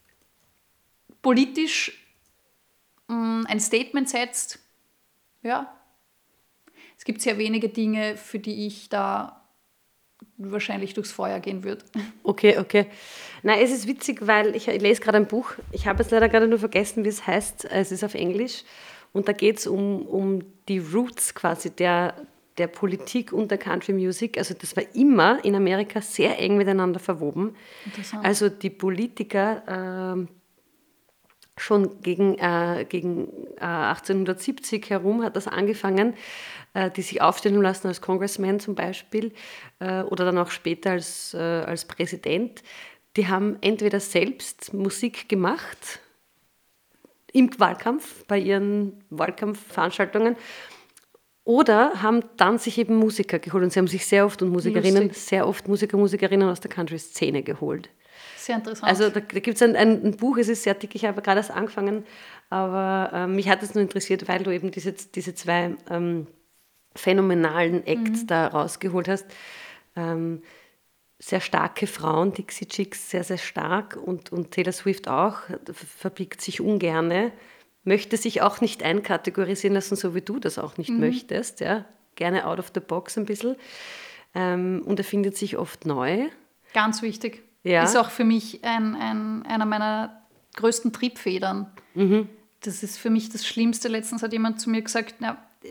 politisch mh, ein Statement setzt, ja, es gibt sehr wenige Dinge, für die ich da wahrscheinlich durchs Feuer gehen würde. Okay, okay. Nein, es ist witzig, weil ich, ich lese gerade ein Buch. Ich habe jetzt leider gerade nur vergessen, wie es heißt. Es ist auf Englisch. Und da geht es um, um die Roots quasi der, der Politik und der Country Music. Also das war immer in Amerika sehr eng miteinander verwoben. Interessant. Also die Politiker ähm, schon gegen, äh, gegen äh, achtzehnhundertsiebzig herum hat das angefangen, äh, die sich aufstellen lassen als Congressman zum Beispiel äh, oder dann auch später als, äh, als Präsident. Die haben entweder selbst Musik gemacht im Wahlkampf, bei ihren Wahlkampfveranstaltungen, oder haben dann sich eben Musiker geholt. Und sie haben sich sehr oft und Musikerinnen, Lustig. sehr oft Musiker, Musikerinnen aus der Country-Szene geholt. Sehr interessant. Also da, da gibt es ein, ein, ein Buch, es ist sehr dick, ich habe gerade erst angefangen, aber ähm, mich hat es nur interessiert, weil du eben diese, diese zwei ähm, phänomenalen Acts Mhm. da rausgeholt hast. Ähm, sehr starke Frauen, Dixie Chicks sehr, sehr stark und, und Taylor Swift auch, verbiegt sich ungerne, möchte sich auch nicht einkategorisieren lassen, so wie du das auch nicht Mhm. möchtest, ja? Gerne out of the box ein bisschen, ähm, und erfindet sich oft neu. Ganz wichtig. Ja. Ist auch für mich ein, ein, einer meiner größten Triebfedern. Mhm. Das ist für mich das Schlimmste. Letztens hat jemand zu mir gesagt, na,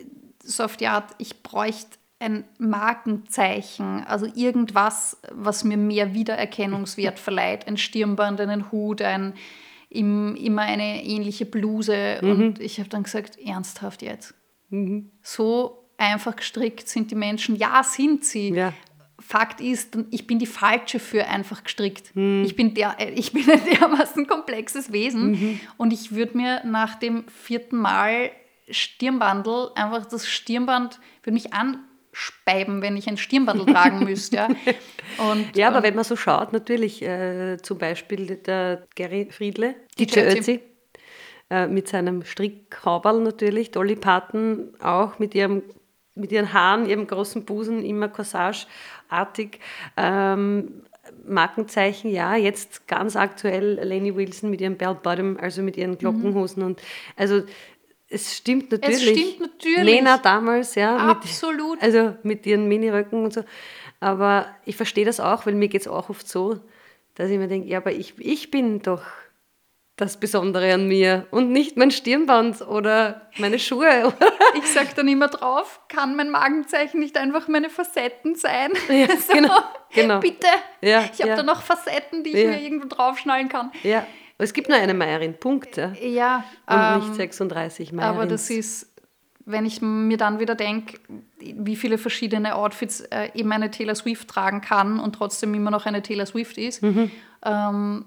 so auf die Art, ich bräuchte ein Markenzeichen, also irgendwas, was mir mehr Wiedererkennungswert verleiht. Ein Stirnband, einen Hut, ein, im, immer eine ähnliche Bluse. Mhm. Und ich habe dann gesagt, ernsthaft jetzt? Mhm. So einfach gestrickt sind die Menschen. Ja, sind sie. Ja. Fakt ist, ich bin die Falsche für einfach gestrickt. Mhm. Ich bin, der, ich bin ein dermaßen komplexes Wesen. Mhm. Und ich würde mir nach dem vierten Mal Stirnbandel einfach das Stirnband, würde mich anspeiben, wenn ich ein Stirnbandel tragen müsste. Ja, und, ja aber ähm, wenn man so schaut, natürlich äh, zum Beispiel der Gary Friedle, D J Ötzi, äh, mit seinem Strickhauberl natürlich, Dolly Parton auch mit ihrem mit ihren Haaren, ihrem großen Busen, immer corsageartig. Ähm, Markenzeichen, ja, jetzt ganz aktuell Lainey Wilson mit ihrem Bell Bottom, also mit ihren Glockenhosen. Mhm. Und also es stimmt natürlich. Es stimmt natürlich. Lena damals, ja. Absolut. Mit, also mit ihren Miniröcken und so. Aber ich verstehe das auch, weil mir geht es auch oft so, dass ich mir denke, ja, aber ich, ich bin doch das Besondere an mir und nicht mein Stirnband oder meine Schuhe. Ich sage dann immer drauf, kann mein Markenzeichen nicht einfach meine Facetten sein? Ja, so, genau, genau. Bitte, ja, ich habe ja. da noch Facetten, die ich ja. mir irgendwo draufschnallen kann. Ja, aber es gibt nur eine Meierin, Punkt. Ja, ja und ähm, nicht sechsunddreißig Meierins. Aber das ist, wenn ich mir dann wieder denke, wie viele verschiedene Outfits äh, eben eine Taylor Swift tragen kann und trotzdem immer noch eine Taylor Swift ist, mhm. ähm,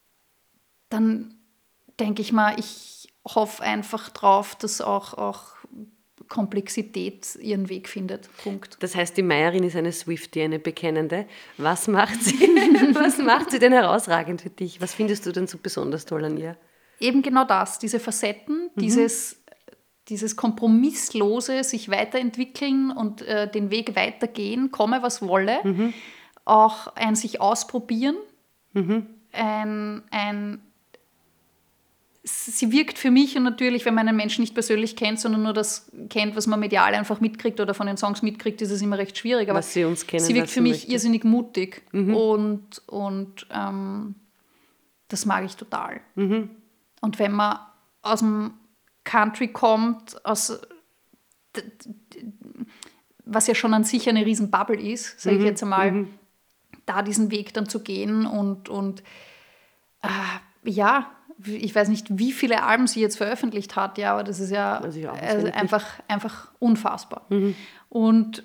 dann denke ich mal, ich hoffe einfach drauf, dass auch, auch Komplexität ihren Weg findet. Punkt. Das heißt, die Meierin ist eine Swiftie, eine Bekennende. Was macht sie, was macht sie denn herausragend für dich? Was findest du denn so besonders toll an ihr? Eben genau das, diese Facetten, mhm. dieses, dieses kompromisslose sich weiterentwickeln und äh, den Weg weitergehen, komme was wolle, mhm. auch ein sich ausprobieren, mhm. ein, ein sie wirkt für mich, und natürlich, wenn man einen Menschen nicht persönlich kennt, sondern nur das kennt, was man medial einfach mitkriegt oder von den Songs mitkriegt, ist es immer recht schwierig. Aber was sie uns kennen, sie wirkt für mich möchte. irrsinnig mutig mhm. und, und ähm, das mag ich total. Mhm. Und wenn man aus dem Country kommt, aus, was ja schon an sich eine riesen Bubble ist, sage mhm. ich jetzt einmal, mhm. da diesen Weg dann zu gehen und, und äh, ja, ich weiß nicht, wie viele Alben sie jetzt veröffentlicht hat, ja, aber das ist ja also also einfach, einfach unfassbar. Mhm. Und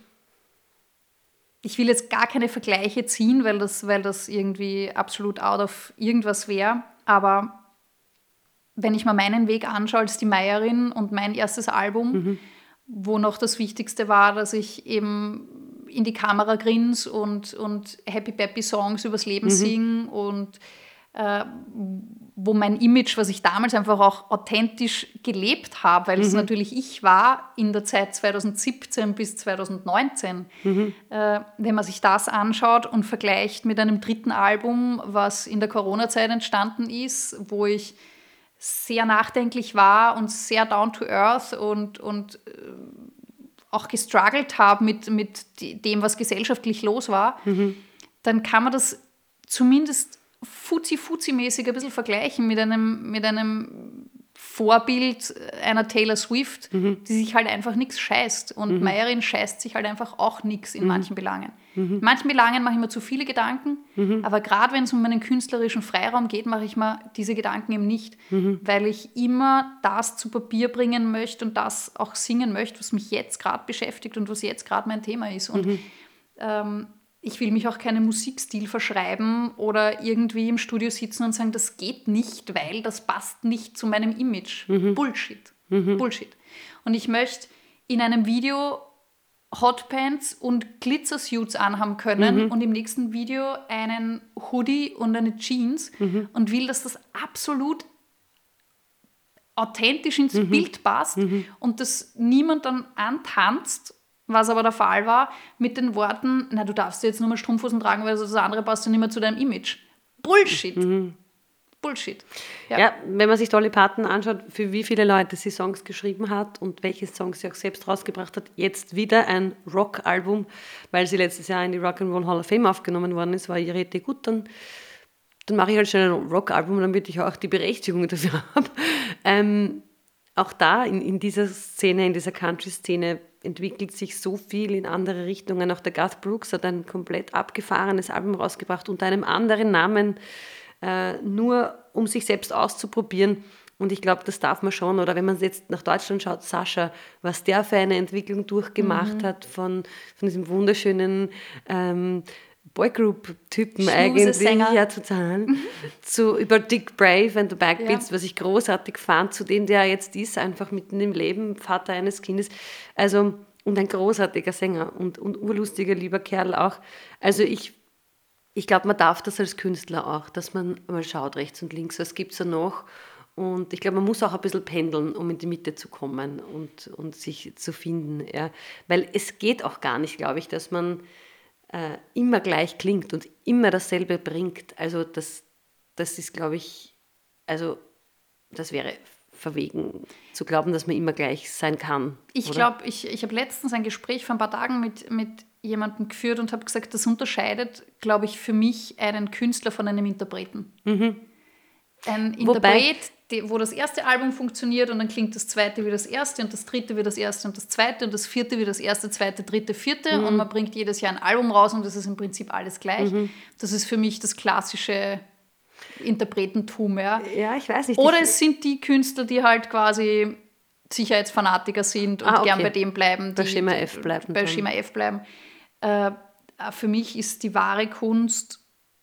ich will jetzt gar keine Vergleiche ziehen, weil das, weil das irgendwie absolut out of irgendwas wäre, aber wenn ich mir meinen Weg anschaue als die Meierin und mein erstes Album, mhm. wo noch das Wichtigste war, dass ich eben in die Kamera grins und, und Happy Peppy Songs übers Leben mhm. singe und äh, wo mein Image, was ich damals einfach auch authentisch gelebt habe, weil mhm. es natürlich ich war in der Zeit zweitausendsiebzehn bis zweitausendneunzehn. Mhm. Äh, wenn man sich das anschaut und vergleicht mit einem dritten Album, was in der Corona-Zeit entstanden ist, wo ich sehr nachdenklich war und sehr down to earth und, und äh, auch gestruggelt habe mit, mit dem, was gesellschaftlich los war, mhm. dann kann man das zumindest Fuzzi-Fuzzi-mäßig ein bisschen vergleichen mit einem, mit einem Vorbild einer Taylor Swift, mhm. die sich halt einfach nichts scheißt. Und mhm. Meierin scheißt sich halt einfach auch nichts in mhm. manchen Belangen. Mhm. In manchen Belangen mache ich mir zu viele Gedanken, mhm. aber gerade wenn es um meinen künstlerischen Freiraum geht, mache ich mir diese Gedanken eben nicht, mhm. weil ich immer das zu Papier bringen möchte und das auch singen möchte, was mich jetzt gerade beschäftigt und was jetzt gerade mein Thema ist. Und mhm. ähm, ich will mich auch keinem Musikstil verschreiben oder irgendwie im Studio sitzen und sagen, das geht nicht, weil das passt nicht zu meinem Image. Mhm. Bullshit. Mhm. Bullshit. Und ich möchte in einem Video Hotpants und Glitzer-Suits anhaben können mhm. und im nächsten Video einen Hoodie und eine Jeans mhm. und will, dass das absolut authentisch ins mhm. Bild passt mhm. und dass niemand dann antanzt, was aber der Fall war, mit den Worten, na, du darfst jetzt nur mal Strumpfhosen tragen, weil das andere passt ja nicht mehr zu deinem Image. Bullshit. Mhm. Bullshit. Ja. ja, wenn man sich Dolly Parton anschaut, für wie viele Leute sie Songs geschrieben hat und welche Songs sie auch selbst rausgebracht hat, jetzt wieder ein Rock-Album, weil sie letztes Jahr in die Rock'n'Roll Hall of Fame aufgenommen worden ist, war ihre Idee gut, dann, dann mache ich halt schnell ein Rock-Album, damit ich auch die Berechtigung dafür habe. Ähm, auch da in, in dieser Szene, in dieser Country-Szene, entwickelt sich so viel in andere Richtungen. Auch der Garth Brooks hat ein komplett abgefahrenes Album rausgebracht unter einem anderen Namen, äh, nur um sich selbst auszuprobieren. Und ich glaube, das darf man schon. Oder wenn man jetzt nach Deutschland schaut, Sascha, was der für eine Entwicklung durchgemacht mhm. hat von, von diesem wunderschönen ähm, Boygroup-Typen eigentlich, Sänger. Ja, total, mhm. zu, über Dick Brave and the Backbeats, ja. was ich großartig fand, zu dem der jetzt ist, einfach mitten im Leben, Vater eines Kindes, also, und ein großartiger Sänger und, und urlustiger, lieber Kerl auch. Also ich, ich glaube, man darf das als Künstler auch, dass man mal schaut, rechts und links, was gibt es da noch, und ich glaube, man muss auch ein bisschen pendeln, um in die Mitte zu kommen und, und sich zu finden, ja, weil es geht auch gar nicht, glaube ich, dass man Äh, immer gleich klingt und immer dasselbe bringt. Also das, das ist, glaube ich, also das wäre verwegen zu glauben, dass man immer gleich sein kann. Ich glaube, ich, ich habe letztens ein Gespräch vor ein paar Tagen mit, mit jemandem geführt und habe gesagt, das unterscheidet, glaube ich, für mich einen Künstler von einem Interpreten. Mhm. Ein Interpret, Wobei, die, wo das erste Album funktioniert und dann klingt das zweite wie das erste und das dritte wie das erste und das zweite und das vierte wie das erste, zweite, dritte, vierte mhm. und man bringt jedes Jahr ein Album raus und das ist im Prinzip alles gleich. Mhm. Das ist für mich das klassische Interpretentum. Ja, ja ich weiß nicht. Oder es sind die Künstler, die halt quasi Sicherheitsfanatiker sind und ah, okay. gern bei dem bleiben. Bei die, Schema F bleiben. Bei Schema F bleiben. Äh, für mich ist die wahre Kunst,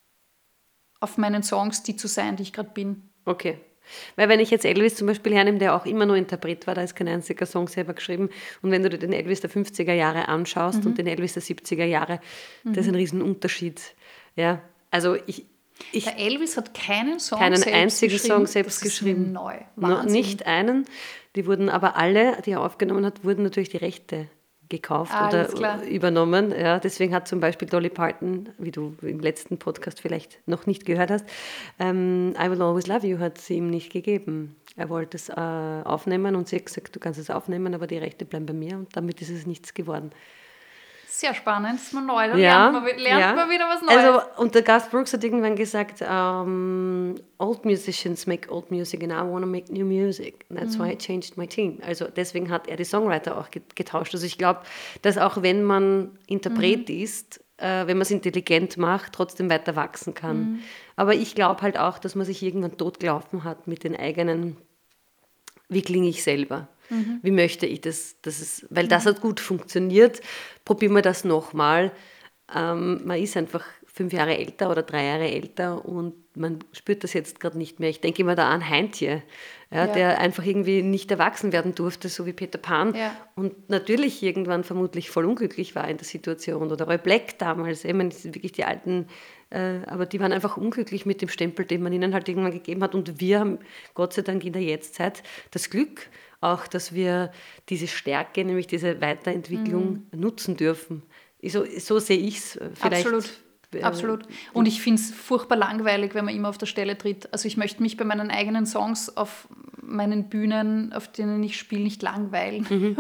auf meinen Songs die zu sein, die ich gerade bin. Okay. Weil wenn ich jetzt Elvis zum Beispiel hernehme, der auch immer nur Interpret war, da ist kein einziger Song selber geschrieben, und wenn du dir den Elvis der fünfziger Jahre anschaust mhm. und den Elvis der siebziger Jahre, mhm. das ist ein Riesenunterschied. Ja, also ich... ich der Elvis hat keinen Song keinen selbst einzigen geschrieben. Song selbst das geschrieben. Ist neu. No, nicht einen. Die wurden aber alle, die er aufgenommen hat, wurden natürlich die Rechte gekauft ah, oder übernommen. Ja, deswegen hat zum Beispiel Dolly Parton, wie du im letzten Podcast vielleicht noch nicht gehört hast, ähm, I Will Always Love You hat sie ihm nicht gegeben. Er wollte es äh, aufnehmen und sie hat gesagt, du kannst es aufnehmen, aber die Rechte bleiben bei mir, und damit ist es nichts geworden. Sehr spannend, das ist mal neu, dann ja, lernt, man, lernt ja. man wieder was Neues. Also, und der Garth Brooks hat irgendwann gesagt, um, old musicians make old music and I want to make new music. And that's mhm. why I changed my team. Also deswegen hat er die Songwriter auch getauscht. Also ich glaube, dass auch wenn man Interpret mhm. ist, äh, wenn man es intelligent macht, trotzdem weiter wachsen kann. Mhm. Aber ich glaube halt auch, dass man sich irgendwann totgelaufen hat mit den eigenen, wie klinge ich selber? Mhm. Wie möchte ich das? das ist, weil mhm. das hat gut funktioniert, probieren wir das nochmal. Ähm, man ist einfach fünf Jahre älter oder drei Jahre älter und man spürt das jetzt gerade nicht mehr. Ich denke immer da an Heintje, ja, ja. der einfach irgendwie nicht erwachsen werden durfte, so wie Peter Pan. Ja. Und natürlich irgendwann vermutlich voll unglücklich war in der Situation. Oder Roy Black damals, ich meine, das sind wirklich die alten, äh, aber die waren einfach unglücklich mit dem Stempel, den man ihnen halt irgendwann gegeben hat. Und wir haben Gott sei Dank in der Jetztzeit das Glück, auch, dass wir diese Stärke, nämlich diese Weiterentwicklung mhm. nutzen dürfen. So, so sehe ich es vielleicht. Absolut, äh, absolut. Und ich finde es furchtbar langweilig, wenn man immer auf der Stelle tritt. Also ich möchte mich bei meinen eigenen Songs auf meinen Bühnen, auf denen ich spiele, nicht langweilen. Mhm.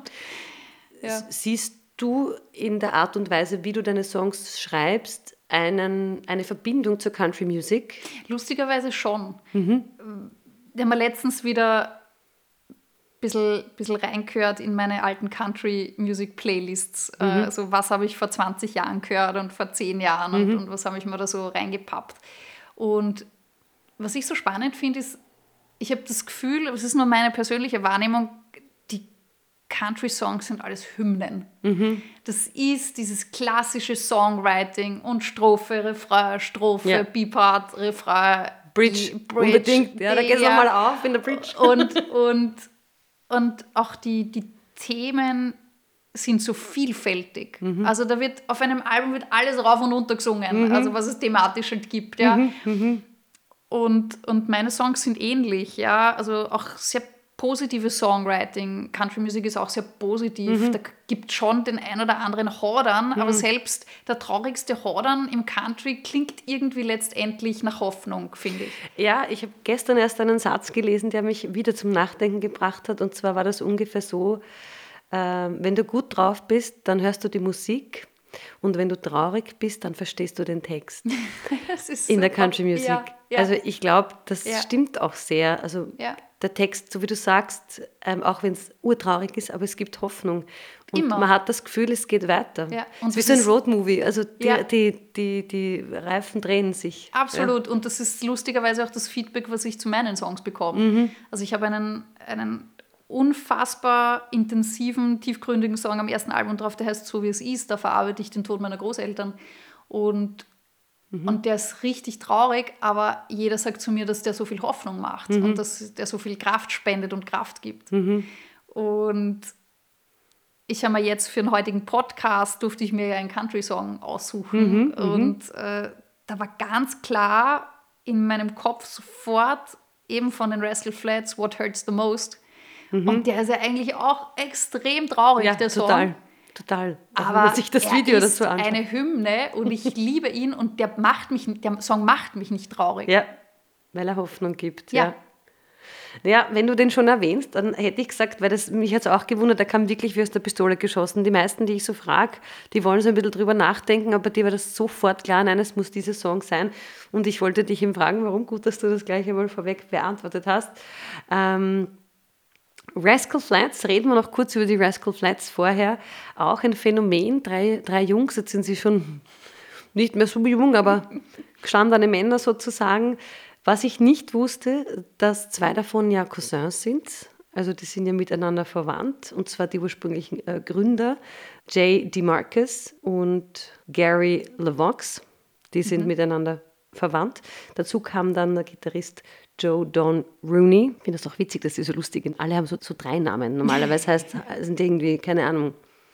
ja. Siehst du in der Art und Weise, wie du deine Songs schreibst, einen, eine Verbindung zur Country Music? Lustigerweise schon. Mhm. Wir haben letztens wieder bisschen, bisschen reingehört in meine alten Country-Music-Playlists. Mhm. Also was habe ich vor zwanzig Jahren gehört und vor zehn Jahren mhm. und, und was habe ich mir da so reingepappt. Und was ich so spannend finde, ist, ich habe das Gefühl, es ist nur meine persönliche Wahrnehmung, die Country-Songs sind alles Hymnen. Mhm. Das ist dieses klassische Songwriting und Strophe, Refrain, Strophe, ja. B-Part, Refrain, Bridge, Bridge unbedingt. Ja, da geht es ja. nochmal auf in der Bridge. Und, und Und auch die, die Themen sind so vielfältig. Mhm. Also da wird auf einem Album wird alles rauf und runter gesungen, mhm. also was es thematisch halt gibt. Ja. Mhm. Mhm. Und, und meine Songs sind ähnlich. Ja. Also auch sehr positive Songwriting. Country Music ist auch sehr positiv. Mhm. Da gibt es schon den ein oder anderen Hodern, mhm. aber selbst der traurigste Hodern im Country klingt irgendwie letztendlich nach Hoffnung, finde ich. Ja, ich habe gestern erst einen Satz gelesen, der mich wieder zum Nachdenken gebracht hat. Und zwar war das ungefähr so, äh, wenn du gut drauf bist, dann hörst du die Musik. Und wenn du traurig bist, dann verstehst du den Text. Das ist in der Country Music. Ja. ja. Also ich glaube, das Ja. stimmt auch sehr. Also Ja. der Text, so wie du sagst, ähm, auch wenn es urtraurig ist, aber es gibt Hoffnung. Und Immer. man hat das Gefühl, es geht weiter. Ja. Und es ist Und wie so ein das ist- Roadmovie. Also die, Ja. die, die, die Reifen drehen sich. Absolut. Und das ist lustigerweise auch das Feedback, was ich zu meinen Songs bekomme. Mhm. Also ich habe einen, einen unfassbar intensiven, tiefgründigen Song am ersten Album drauf, der heißt So wie es ist. Da verarbeite ich den Tod meiner Großeltern. Und, Mhm. und der ist richtig traurig, aber jeder sagt zu mir, dass der so viel Hoffnung macht Mhm. und dass der so viel Kraft spendet und Kraft gibt. Mhm. Und ich habe mir jetzt für den heutigen Podcast, durfte ich mir ja einen Country-Song aussuchen. Mhm, und äh, da war ganz klar in meinem Kopf sofort eben von den Rascal Flatts What Hurts the Most. Mhm. Und der ist ja eigentlich auch extrem traurig, Ja, der Song. total. Total. Auch wenn Aber man sich das er Video ist dazu anschaut. eine Hymne und ich liebe ihn und der, macht mich, der Song macht mich nicht traurig. Ja, weil er Hoffnung gibt. Ja. Ja. Ja, wenn du den schon erwähnst, dann hätte ich gesagt, weil das mich jetzt auch gewundert, der kam wirklich wie aus der Pistole geschossen. Die meisten, die ich so frage, die wollen so ein bisschen drüber nachdenken, aber bei dir war das sofort klar, nein, es muss dieser Song sein. Und ich wollte dich eben fragen, warum, gut, dass du das gleich einmal vorweg beantwortet hast. Ähm, Rascal Flatts, reden wir noch kurz über die Rascal Flatts vorher. Auch ein Phänomen, drei, drei Jungs, jetzt sind sie schon nicht mehr so jung, aber gestandene Männer sozusagen. Was ich nicht wusste, dass zwei davon ja Cousins sind. Also die sind ja miteinander verwandt. Und zwar die ursprünglichen äh, Gründer, Jay DeMarcus und Gary LeVox. Die sind mhm. miteinander verwandt. Dazu kam dann der Gitarrist Joe Don Rooney. Ich finde das auch witzig, dass die so lustig sind. Alle haben so, so drei Namen. Normalerweise heißt, sind irgendwie, keine Ahnung,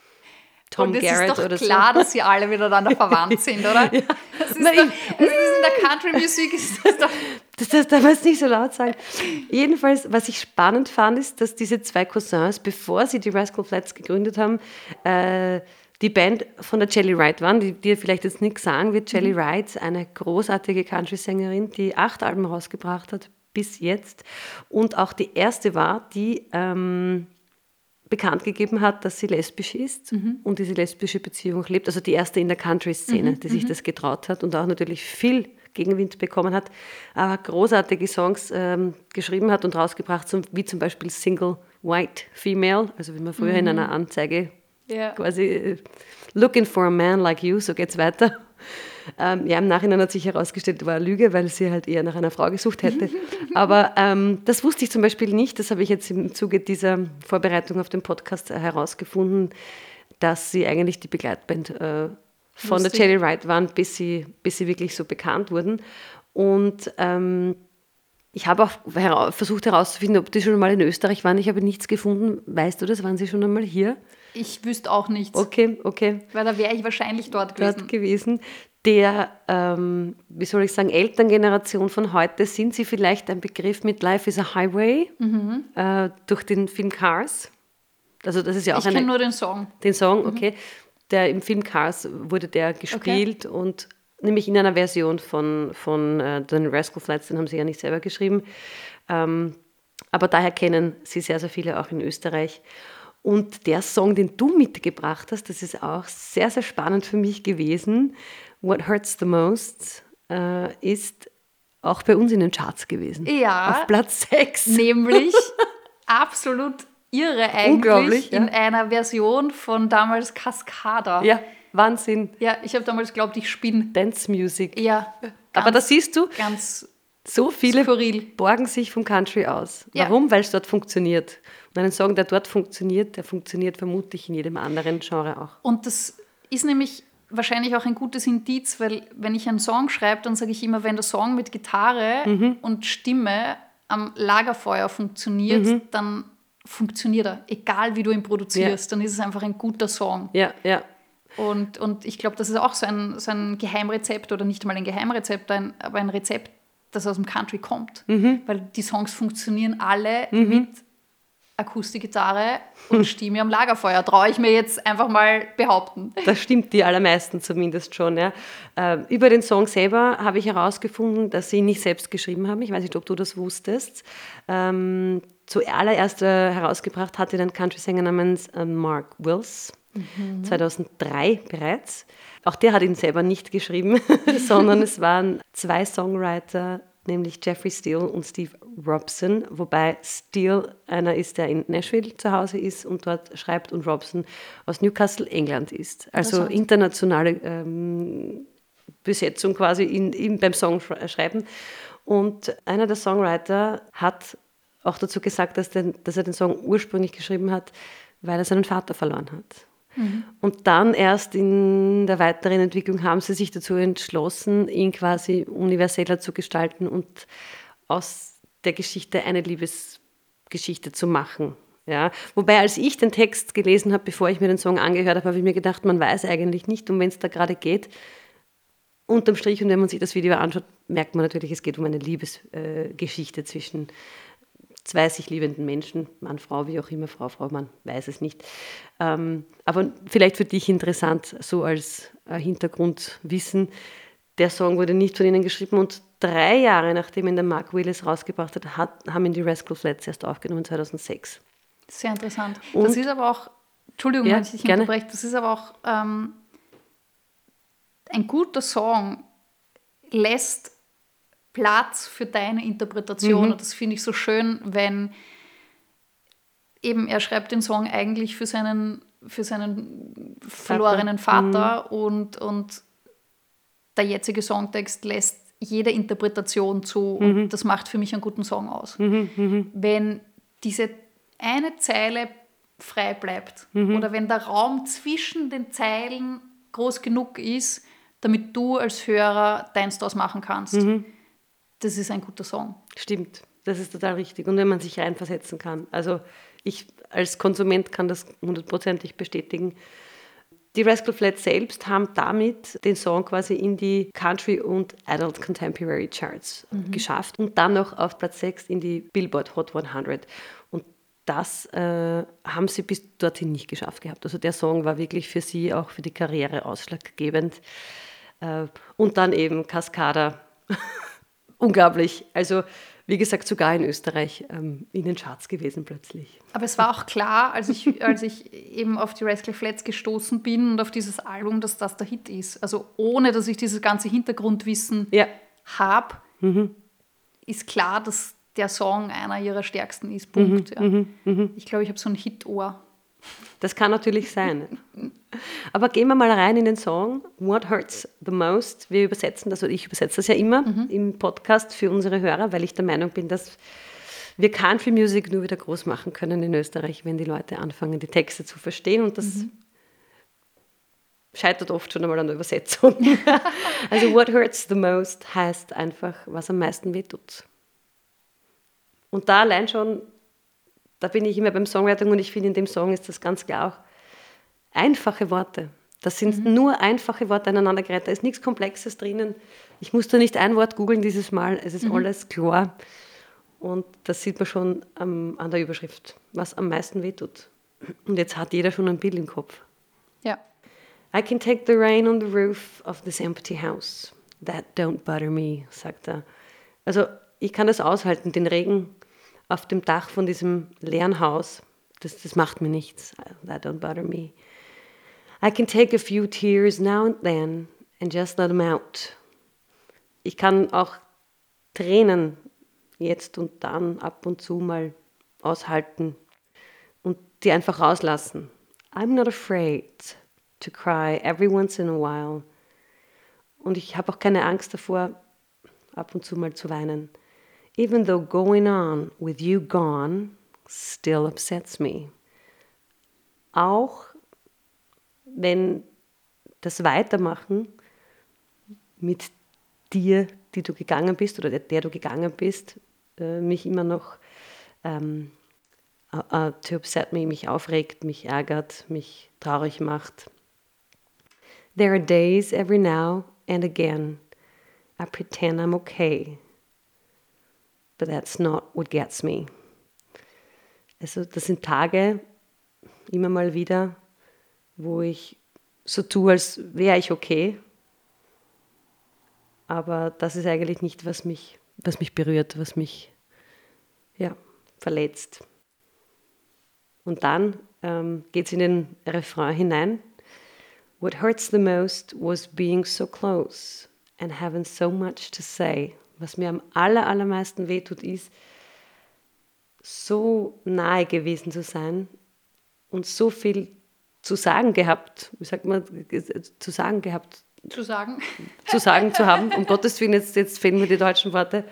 Tom und es Garrett ist doch oder klar, so. dass sie alle miteinander verwandt sind, oder? Ja. Das ist Nein, doch, das ist in der Country-Musik ist das doch... Das, das darf man jetzt nicht so laut sagen. Jedenfalls, was ich spannend fand, ist, dass diese zwei Cousins, bevor sie die Rascal Flatts gegründet haben, äh, die Band von der Jelly Wright waren, die dir vielleicht jetzt nichts sagen wird. Jelly Mhm. Wright, eine großartige Country-Sängerin, die acht Alben rausgebracht hat bis jetzt und auch die erste war, die ähm, bekannt gegeben hat, dass sie lesbisch ist Mhm. und diese lesbische Beziehung lebt. Also die erste in der Country-Szene, Mhm, die sich mhm. das getraut hat und auch natürlich viel Gegenwind bekommen hat, aber großartige Songs ähm, geschrieben hat und rausgebracht, zum, wie zum Beispiel Single White Female, also wie man früher in einer Anzeige Ja. quasi äh, Looking for a man like you, so geht's weiter. Ähm, ja, im Nachhinein hat sich herausgestellt, war eine Lüge, weil sie halt eher nach einer Frau gesucht hätte. Aber ähm, das wusste ich zum Beispiel nicht, das habe ich jetzt im Zuge dieser Vorbereitung auf den Podcast äh, herausgefunden, dass sie eigentlich die Begleitband äh, von Lustig. der Jelly Wright waren, bis sie, bis sie wirklich so bekannt wurden. Und ähm, ich habe auch hera- versucht herauszufinden, ob die schon mal in Österreich waren. Ich habe nichts gefunden. Weißt du das? Waren sie schon einmal hier? Ich wüsste auch nichts, Okay, okay. weil da wäre ich wahrscheinlich dort gewesen. Dort gewesen. Der, ähm, wie soll ich sagen, Elterngeneration von heute, sind Sie vielleicht ein Begriff mit Life is a Highway Mhm. äh, durch den Film Cars? Also das ist ja auch Ich kenne eine, nur den Song. den Song, okay. Der im Film Cars wurde der gespielt und nämlich in einer Version von, von äh, den Rascal Flatts, den haben sie ja nicht selber geschrieben. Ähm, aber daher kennen sie sehr, sehr viele auch in Österreich. Und der Song, den du mitgebracht hast, das ist auch sehr, sehr spannend für mich gewesen. What Hurts the Most äh, ist auch bei uns in den Charts gewesen. Ja. Auf Platz sechs. Nämlich absolut irre eigentlich Unglaublich, ja. in einer Version von damals Cascada. Ja, Wahnsinn. Ja, ich habe damals geglaubt, ich spinne. Dance Music. Ja, Aber ganz- da siehst du, ganz so viele skurril. borgen sich vom Country aus. Ja. Warum? Weil es dort funktioniert. Und einen Song, der dort funktioniert, der funktioniert vermutlich in jedem anderen Genre auch. Und das ist nämlich wahrscheinlich auch ein gutes Indiz, weil wenn ich einen Song schreibe, dann sage ich immer, wenn der Song mit Gitarre Mhm. und Stimme am Lagerfeuer funktioniert, Mhm. dann funktioniert er. Egal wie du ihn produzierst, dann ist es einfach ein guter Song. Ja, ja. Und, und ich glaube, das ist auch so ein, so ein Geheimrezept oder nicht mal ein Geheimrezept, ein, aber ein Rezept, das aus dem Country kommt. Mhm. Weil die Songs funktionieren alle mit Akustikgitarre und Stimme am Lagerfeuer. Traue ich mir jetzt einfach mal behaupten. Das stimmt, die allermeisten zumindest schon. Ja. Äh, über den Song selber habe ich herausgefunden, dass sie ihn nicht selbst geschrieben haben. Ich weiß nicht, ob du das wusstest. Ähm, zuallererst äh, herausgebracht hatte den Country-Sänger namens äh, Mark Wills, Mhm. zweitausenddrei bereits. Auch der hat ihn selber nicht geschrieben, sondern es waren zwei Songwriter nämlich Jeffrey Steele und Steve Robson, wobei Steele einer ist, der in Nashville zu Hause ist und dort schreibt und Robson aus Newcastle, England ist. Also internationale ähm, Besetzung quasi in, in, beim Songschreiben. Und einer der Songwriter hat auch dazu gesagt, dass, den, dass er den Song ursprünglich geschrieben hat, weil er seinen Vater verloren hat. Mhm. Und dann erst in der weiteren Entwicklung haben sie sich dazu entschlossen, ihn quasi universeller zu gestalten und aus der Geschichte eine Liebesgeschichte zu machen. Ja? Wobei, als ich den Text gelesen habe, bevor ich mir den Song angehört habe, habe ich mir gedacht, man weiß eigentlich nicht, um wen es da gerade geht. Unterm Strich, und wenn man sich das Video anschaut, merkt man natürlich, es geht um eine Liebesgeschichte äh, zwischen zwei sich liebenden Menschen, Mann, Frau, wie auch immer, Frau, Frau, Mann, weiß es nicht. Ähm, aber vielleicht für dich interessant, so als äh, Hintergrundwissen, der Song wurde nicht von ihnen geschrieben und drei Jahre nachdem ihn der Mark Willis rausgebracht hat, hat haben ihn die Rascal Flatts erst aufgenommen, zweitausendsechs. Sehr interessant. Und, das ist aber auch, Entschuldigung, ja, wenn ich dich gerne unterbreche, das ist aber auch ähm, ein guter Song lässt Platz für deine Interpretation. Mhm. Und das finde ich so schön, wenn eben er schreibt den Song eigentlich für seinen, für seinen verlorenen Vater, Vater mhm. und, und der jetzige Songtext lässt jede Interpretation zu. Mhm. Und das macht für mich einen guten Song aus. Mhm. Mhm. Wenn diese eine Zeile frei bleibt mhm. oder wenn der Raum zwischen den Zeilen groß genug ist, damit du als Hörer deins draus machen kannst. Mhm. Das ist ein guter Song. Stimmt, das ist total richtig. Und wenn man sich reinversetzen kann. Also ich als Konsument kann das hundertprozentig bestätigen. Die Rascal Flatts selbst haben damit den Song quasi in die Country- und Adult Contemporary Charts mhm. geschafft und dann noch auf Platz sechs in die Billboard Hot hundert. Und das äh, haben sie bis dorthin nicht geschafft gehabt. Also der Song war wirklich für sie, auch für die Karriere, ausschlaggebend. Äh, und dann eben Cascada. Unglaublich. Also wie gesagt, sogar in Österreich ähm, in den Charts gewesen plötzlich. Aber es war auch klar, als ich, als ich eben auf die Rascal Flatts gestoßen bin und auf dieses Album, dass das der Hit ist. Also ohne, dass ich dieses ganze Hintergrundwissen ja. habe, mhm. ist klar, dass der Song einer ihrer stärksten ist. Punkt. Mhm. Ja. Mhm. Mhm. Ich glaube, ich habe so ein Hit-Ohr. Das kann natürlich sein. Aber gehen wir mal rein in den Song What Hurts the Most. Wir übersetzen das, oder ich übersetze das ja immer mhm. im Podcast für unsere Hörer, weil ich der Meinung bin, dass wir Country Music nur wieder groß machen können in Österreich, wenn die Leute anfangen, die Texte zu verstehen. Und das mhm. scheitert oft schon einmal an der Übersetzung. Also What Hurts the Most heißt einfach, was am meisten wehtut. Und da allein schon, da bin ich immer beim Songwriting und ich finde, in dem Song ist das ganz klar auch einfache Worte. Das sind mhm. nur einfache Worte aneinandergereiht. Da ist nichts Komplexes drinnen. Ich musste nicht ein Wort googeln dieses Mal. Es ist mhm. alles klar. Und das sieht man schon ähm, an der Überschrift, was am meisten wehtut. Und jetzt hat jeder schon ein Bild im Kopf. Ja. I can take the rain on the roof of this empty house. That don't bother me, sagt er. Also ich kann das aushalten, den Regen auf dem Dach von diesem leeren Haus. Das, das macht mir nichts. That don't bother me. I can take a few tears now and then and just let them out. Ich kann auch Tränen jetzt und dann ab und zu mal aushalten und die einfach rauslassen. I'm not afraid to cry every once in a while. Und ich habe auch keine Angst davor, ab und zu mal zu weinen. Even though going on with you gone still upsets me. Auch wenn das Weitermachen mit dir, die du gegangen bist oder der, der du gegangen bist, äh, mich immer noch ähm, uh, to upset me, mich aufregt, mich ärgert, mich traurig macht. There are days every now and again I pretend I'm okay. But that's not what gets me. Also das sind Tage, immer mal wieder, wo ich so tue, als wäre ich okay. Aber das ist eigentlich nicht, was mich, was mich berührt, was mich ja, verletzt. Und dann ähm, geht es in den Refrain hinein. What hurts the most was being so close and having so much to say, was mir am aller, allermeisten wehtut, ist, so nahe gewesen zu sein und so viel zu sagen gehabt, wie sagt man, zu sagen gehabt, zu sagen, zu sagen zu haben, um Gottes Willen, jetzt, jetzt fehlen mir die deutschen Worte.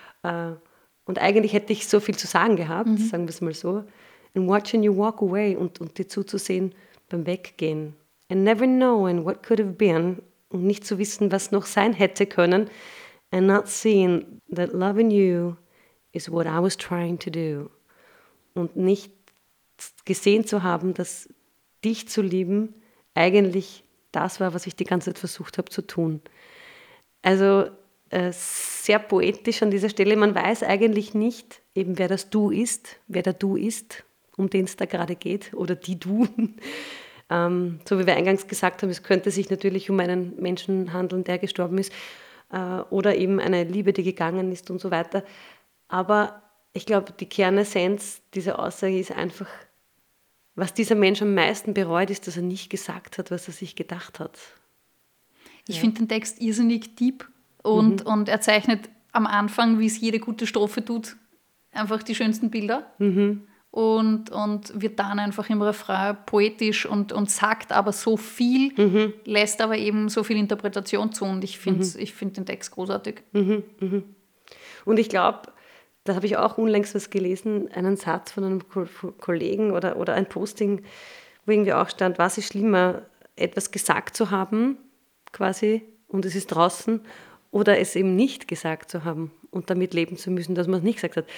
Und eigentlich hätte ich so viel zu sagen gehabt, mhm. sagen wir es mal so. And watching you walk away und, und dir zuzusehen beim Weggehen. And never knowing what could have been und nicht zu wissen, was noch sein hätte können. And not seeing that loving you is what I was trying to do. Und nicht gesehen zu haben, dass dich zu lieben eigentlich das war, was ich die ganze Zeit versucht habe zu tun. Also äh, sehr poetisch an dieser Stelle. Man weiß eigentlich nicht, eben wer das Du ist, wer der Du ist, um den es da gerade geht, oder die Du. ähm, so wie wir eingangs gesagt haben, es könnte sich natürlich um einen Menschen handeln, der gestorben ist, äh, oder eben eine Liebe, die gegangen ist und so weiter. Aber ich glaube, die Kernessenz dieser Aussage ist einfach, was dieser Mensch am meisten bereut, ist, dass er nicht gesagt hat, was er sich gedacht hat. Ich ja. finde den Text irrsinnig deep und, mhm. und er zeichnet am Anfang, wie es jede gute Strophe tut, einfach die schönsten Bilder mhm. und, und wird dann einfach im Refrain poetisch und, und sagt aber so viel, mhm. lässt aber eben so viel Interpretation zu und ich finde mhm. ich find den Text großartig. Mhm. Mhm. Und ich glaube, da habe ich auch unlängst was gelesen, einen Satz von einem Ko- Kollegen oder, oder ein Posting, wo irgendwie auch stand, was ist schlimmer, etwas gesagt zu haben, quasi, und es ist draußen, oder es eben nicht gesagt zu haben und damit leben zu müssen, dass man es nicht gesagt hat.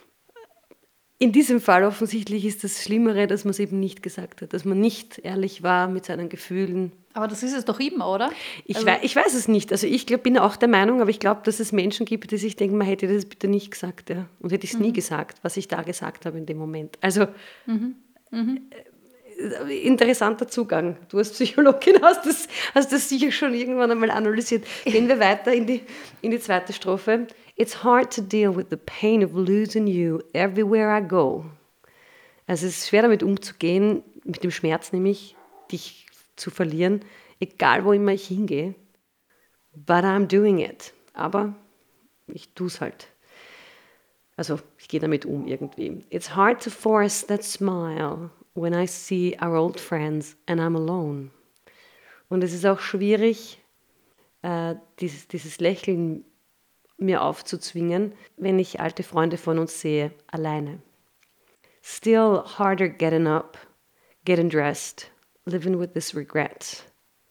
In diesem Fall offensichtlich ist das Schlimmere, dass man es eben nicht gesagt hat, dass man nicht ehrlich war mit seinen Gefühlen. Aber das ist es doch immer, oder? Ich, also weiß, ich weiß es nicht. Also ich glaub, bin auch der Meinung, aber ich glaube, dass es Menschen gibt, die sich denken, man hätte das bitte nicht gesagt. Ja? Und hätte ich es mhm. nie gesagt, was ich da gesagt habe in dem Moment. Also mhm. Mhm. Äh, interessanter Zugang. Du als Psychologin hast das, hast das sicher schon irgendwann einmal analysiert. Gehen wir weiter in die, in die zweite Strophe. It's hard to deal with the pain of losing you everywhere I go. Also es ist schwer damit umzugehen, mit dem Schmerz nämlich, dich zu verlieren, egal wo immer ich hingehe. But I'm doing it. Aber ich tue es halt. Also ich gehe damit um irgendwie. It's hard to force that smile when I see our old friends and I'm alone. Und es ist auch schwierig, äh, dieses, dieses Lächeln mir aufzuzwingen, wenn ich alte Freunde von uns sehe, alleine. Still harder getting up, getting dressed, living with this regret.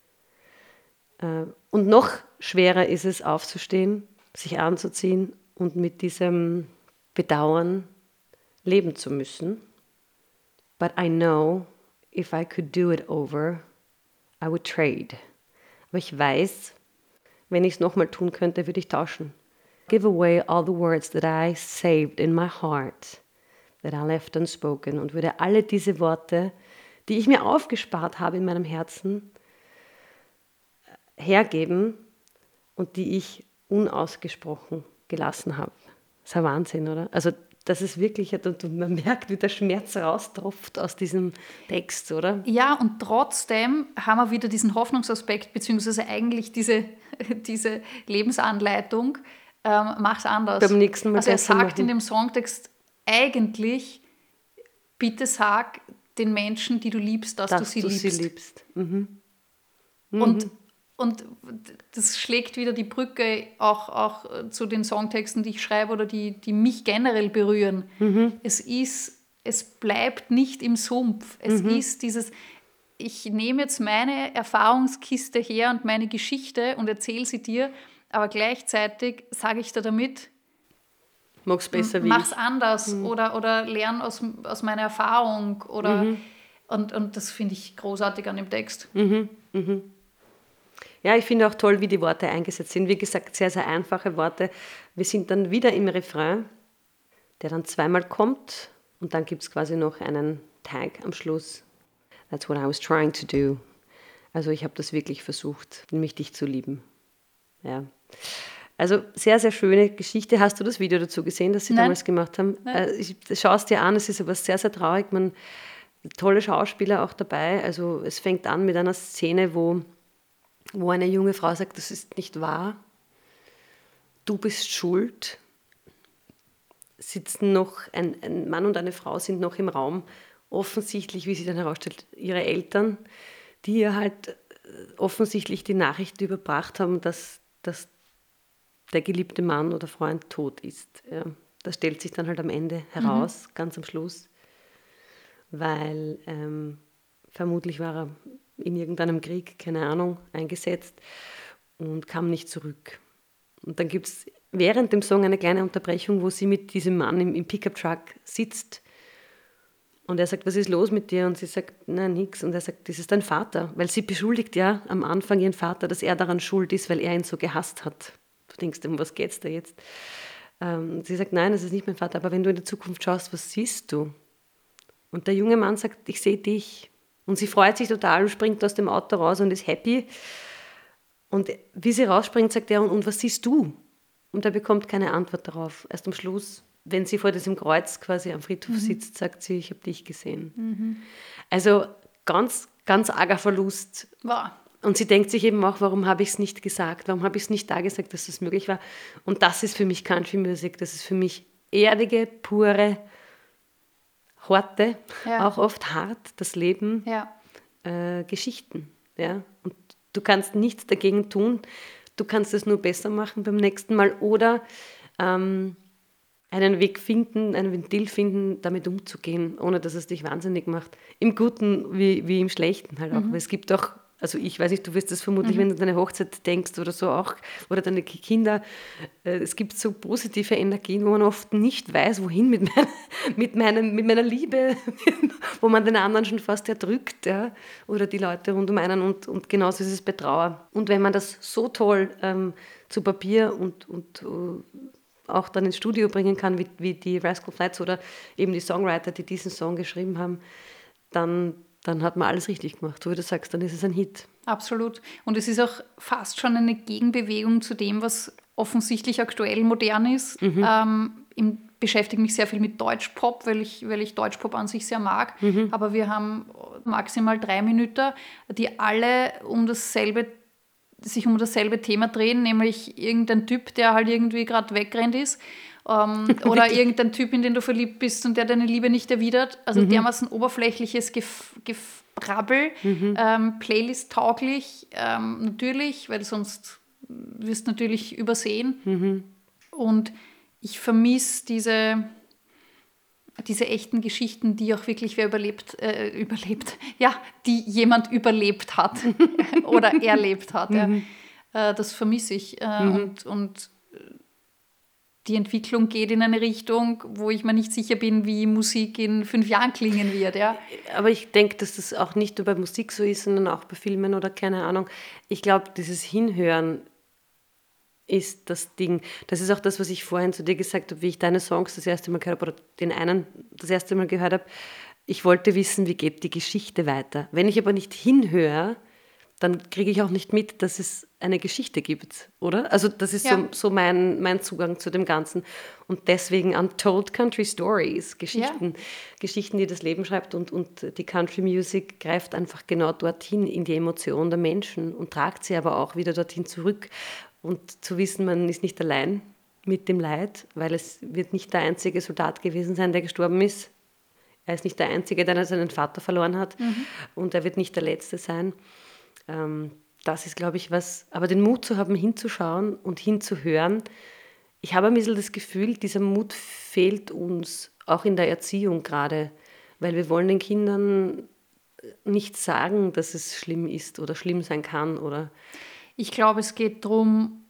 Äh, und noch schwerer ist es, aufzustehen, sich anzuziehen und mit diesem Bedauern leben zu müssen. But I know, if I could do it over, I would trade. Aber ich weiß, wenn ich es nochmal tun könnte, würde ich tauschen. Give away all the words that I saved in my heart, that I left unspoken. Und würde alle diese Worte, die ich mir aufgespart habe in meinem Herzen, hergeben und die ich unausgesprochen gelassen habe. Das ist ein Wahnsinn, oder? Also das ist wirklich, und man merkt, wie der Schmerz raustropft aus diesem Text, oder? Ja, und trotzdem haben wir wieder diesen Hoffnungsaspekt, beziehungsweise eigentlich diese, diese Lebensanleitung, ähm, mach's anders. Beim nächsten Mal also er sagt machen. in dem Songtext eigentlich, bitte sag den Menschen, die du liebst, dass, dass du sie du liebst. Sie liebst. Mhm. Mhm. Und, und das schlägt wieder die Brücke auch, auch zu den Songtexten, die ich schreibe oder die, die mich generell berühren. Mhm. Es ist, es bleibt nicht im Sumpf. Es mhm. ist dieses, ich nehme jetzt meine Erfahrungskiste her und meine Geschichte und erzähle sie dir, aber gleichzeitig sage ich dir damit, mach's besser wie mach's anders mhm. oder, oder lern aus, aus meiner Erfahrung. Oder, mhm. und, und das finde ich großartig an dem Text. Mhm. Mhm. Ja, ich finde auch toll, wie die Worte eingesetzt sind. Wie gesagt, sehr, sehr einfache Worte. Wir sind dann wieder im Refrain, der dann zweimal kommt und dann gibt es quasi noch einen Tag am Schluss. That's what I was trying to do. Also ich habe das wirklich versucht, nämlich dich zu lieben. Ja. Also sehr, sehr schöne Geschichte. Hast du das Video dazu gesehen, das sie Nein. damals gemacht haben? Nein. Ich schaue es dir an, es ist aber sehr, sehr traurig. Man, tolle Schauspieler auch dabei. Also es fängt an mit einer Szene, wo, wo eine junge Frau sagt, das ist nicht wahr. Du bist schuld, sitzen noch, ein, ein Mann und eine Frau sind noch im Raum, offensichtlich, wie sich dann herausstellt, ihre Eltern, die ihr halt offensichtlich die Nachricht überbracht haben, dass, dass der geliebte Mann oder Freund tot ist. Ja, das stellt sich dann halt am Ende heraus, mhm. ganz am Schluss, weil ähm, vermutlich war er in irgendeinem Krieg, keine Ahnung, eingesetzt und kam nicht zurück. Und dann gibt es während dem Song eine kleine Unterbrechung, wo sie mit diesem Mann im, im Pickup-Truck sitzt und er sagt, was ist los mit dir? Und sie sagt, nein, nix. Und er sagt, das ist dein Vater, weil sie beschuldigt ja am Anfang ihren Vater, dass er daran schuld ist, weil er ihn so gehasst hat. Du denkst, um was geht's da jetzt? Ähm, sie sagt, nein, das ist nicht mein Vater, aber wenn du in die Zukunft schaust, was siehst du? Und der junge Mann sagt, ich sehe dich. Und sie freut sich total und springt aus dem Auto raus und ist happy. Und wie sie rausspringt, sagt er, und, und was siehst du? Und er bekommt keine Antwort darauf. Erst am Schluss, wenn sie vor diesem Kreuz quasi am Friedhof mhm. sitzt, sagt sie, ich habe dich gesehen. Mhm. Also ganz, ganz arger Verlust. Wow. Und sie denkt sich eben auch, warum habe ich es nicht gesagt? Warum habe ich es nicht da gesagt, dass das möglich war? Und das ist für mich Country Music. Das ist für mich erdige, pure, harte, ja. auch oft hart, das Leben, ja. äh, Geschichten. Ja? Und du kannst nichts dagegen tun. Du kannst es nur besser machen beim nächsten Mal oder ähm, einen Weg finden, ein Ventil finden, damit umzugehen, ohne dass es dich wahnsinnig macht. Im Guten wie, wie im Schlechten halt auch. Mhm. Weil es gibt auch, also ich weiß nicht, du wirst das vermutlich, mhm. wenn du an deine Hochzeit denkst oder so auch, oder deine Kinder, äh, es gibt so positive Energien, wo man oft nicht weiß, wohin mit, mein, mit, meinem, mit meiner Liebe, wo man den anderen schon fast erdrückt, ja, oder die Leute rund um einen und, und genauso ist es bei Trauer. Und wenn man das so toll ähm, zu Papier und, und uh, auch dann ins Studio bringen kann, wie, wie die Rascal Flatts oder eben die Songwriter, die diesen Song geschrieben haben, dann, dann hat man alles richtig gemacht. So wie du sagst, dann ist es ein Hit. Absolut. Und es ist auch fast schon eine Gegenbewegung zu dem, was offensichtlich aktuell modern ist. Mhm. Ähm, ich beschäftige mich sehr viel mit Deutschpop, weil ich, weil ich Deutschpop an sich sehr mag. Mhm. Aber wir haben maximal drei Minuten, die alle um dasselbe sich um dasselbe Thema drehen, nämlich irgendein Typ, der halt irgendwie gerade wegrennt ist ähm, oder irgendein Typ, in den du verliebt bist und der deine Liebe nicht erwidert. Also mhm. dermaßen oberflächliches Gef- Gebrabbel, mhm. ähm, Playlist-tauglich, ähm, natürlich, weil sonst wirst du natürlich übersehen. Mhm. Und ich vermisse diese... diese echten Geschichten, die auch wirklich wer überlebt, äh, überlebt, ja, die jemand überlebt hat oder erlebt hat. Mhm. Ja. Äh, das vermisse ich. Äh, mhm. Und, und die Entwicklung geht in eine Richtung, wo ich mir nicht sicher bin, wie Musik in fünf Jahren klingen wird. Ja. Aber ich denke, dass das auch nicht nur bei Musik so ist, sondern auch bei Filmen oder keine Ahnung. Ich glaube, dieses Hinhören ist das Ding. Das ist auch das, was ich vorhin zu dir gesagt habe, wie ich deine Songs das erste Mal gehört habe oder den einen das erste Mal gehört habe. Ich wollte wissen, wie geht die Geschichte weiter. Wenn ich aber nicht hinhöre, dann kriege ich auch nicht mit, dass es eine Geschichte gibt, oder? Also das ist ja. so, so mein, mein Zugang zu dem Ganzen. Und deswegen Untold Country Stories, Geschichten, ja. Geschichten, die das Leben schreibt. Und, und die Country Music greift einfach genau dorthin in die Emotion der Menschen und tragt sie aber auch wieder dorthin zurück. Und zu wissen, man ist nicht allein mit dem Leid, weil es wird nicht der einzige Soldat gewesen sein, der gestorben ist. Er ist nicht der Einzige, der seinen Vater verloren hat. Mhm. Und er wird nicht der Letzte sein. Ähm, das ist, glaube ich, was... Aber den Mut zu haben, hinzuschauen und hinzuhören. Ich habe ein bisschen das Gefühl, dieser Mut fehlt uns, auch in der Erziehung gerade. Weil wir wollen den Kindern nicht sagen, dass es schlimm ist oder schlimm sein kann oder... Ich glaube, es geht darum,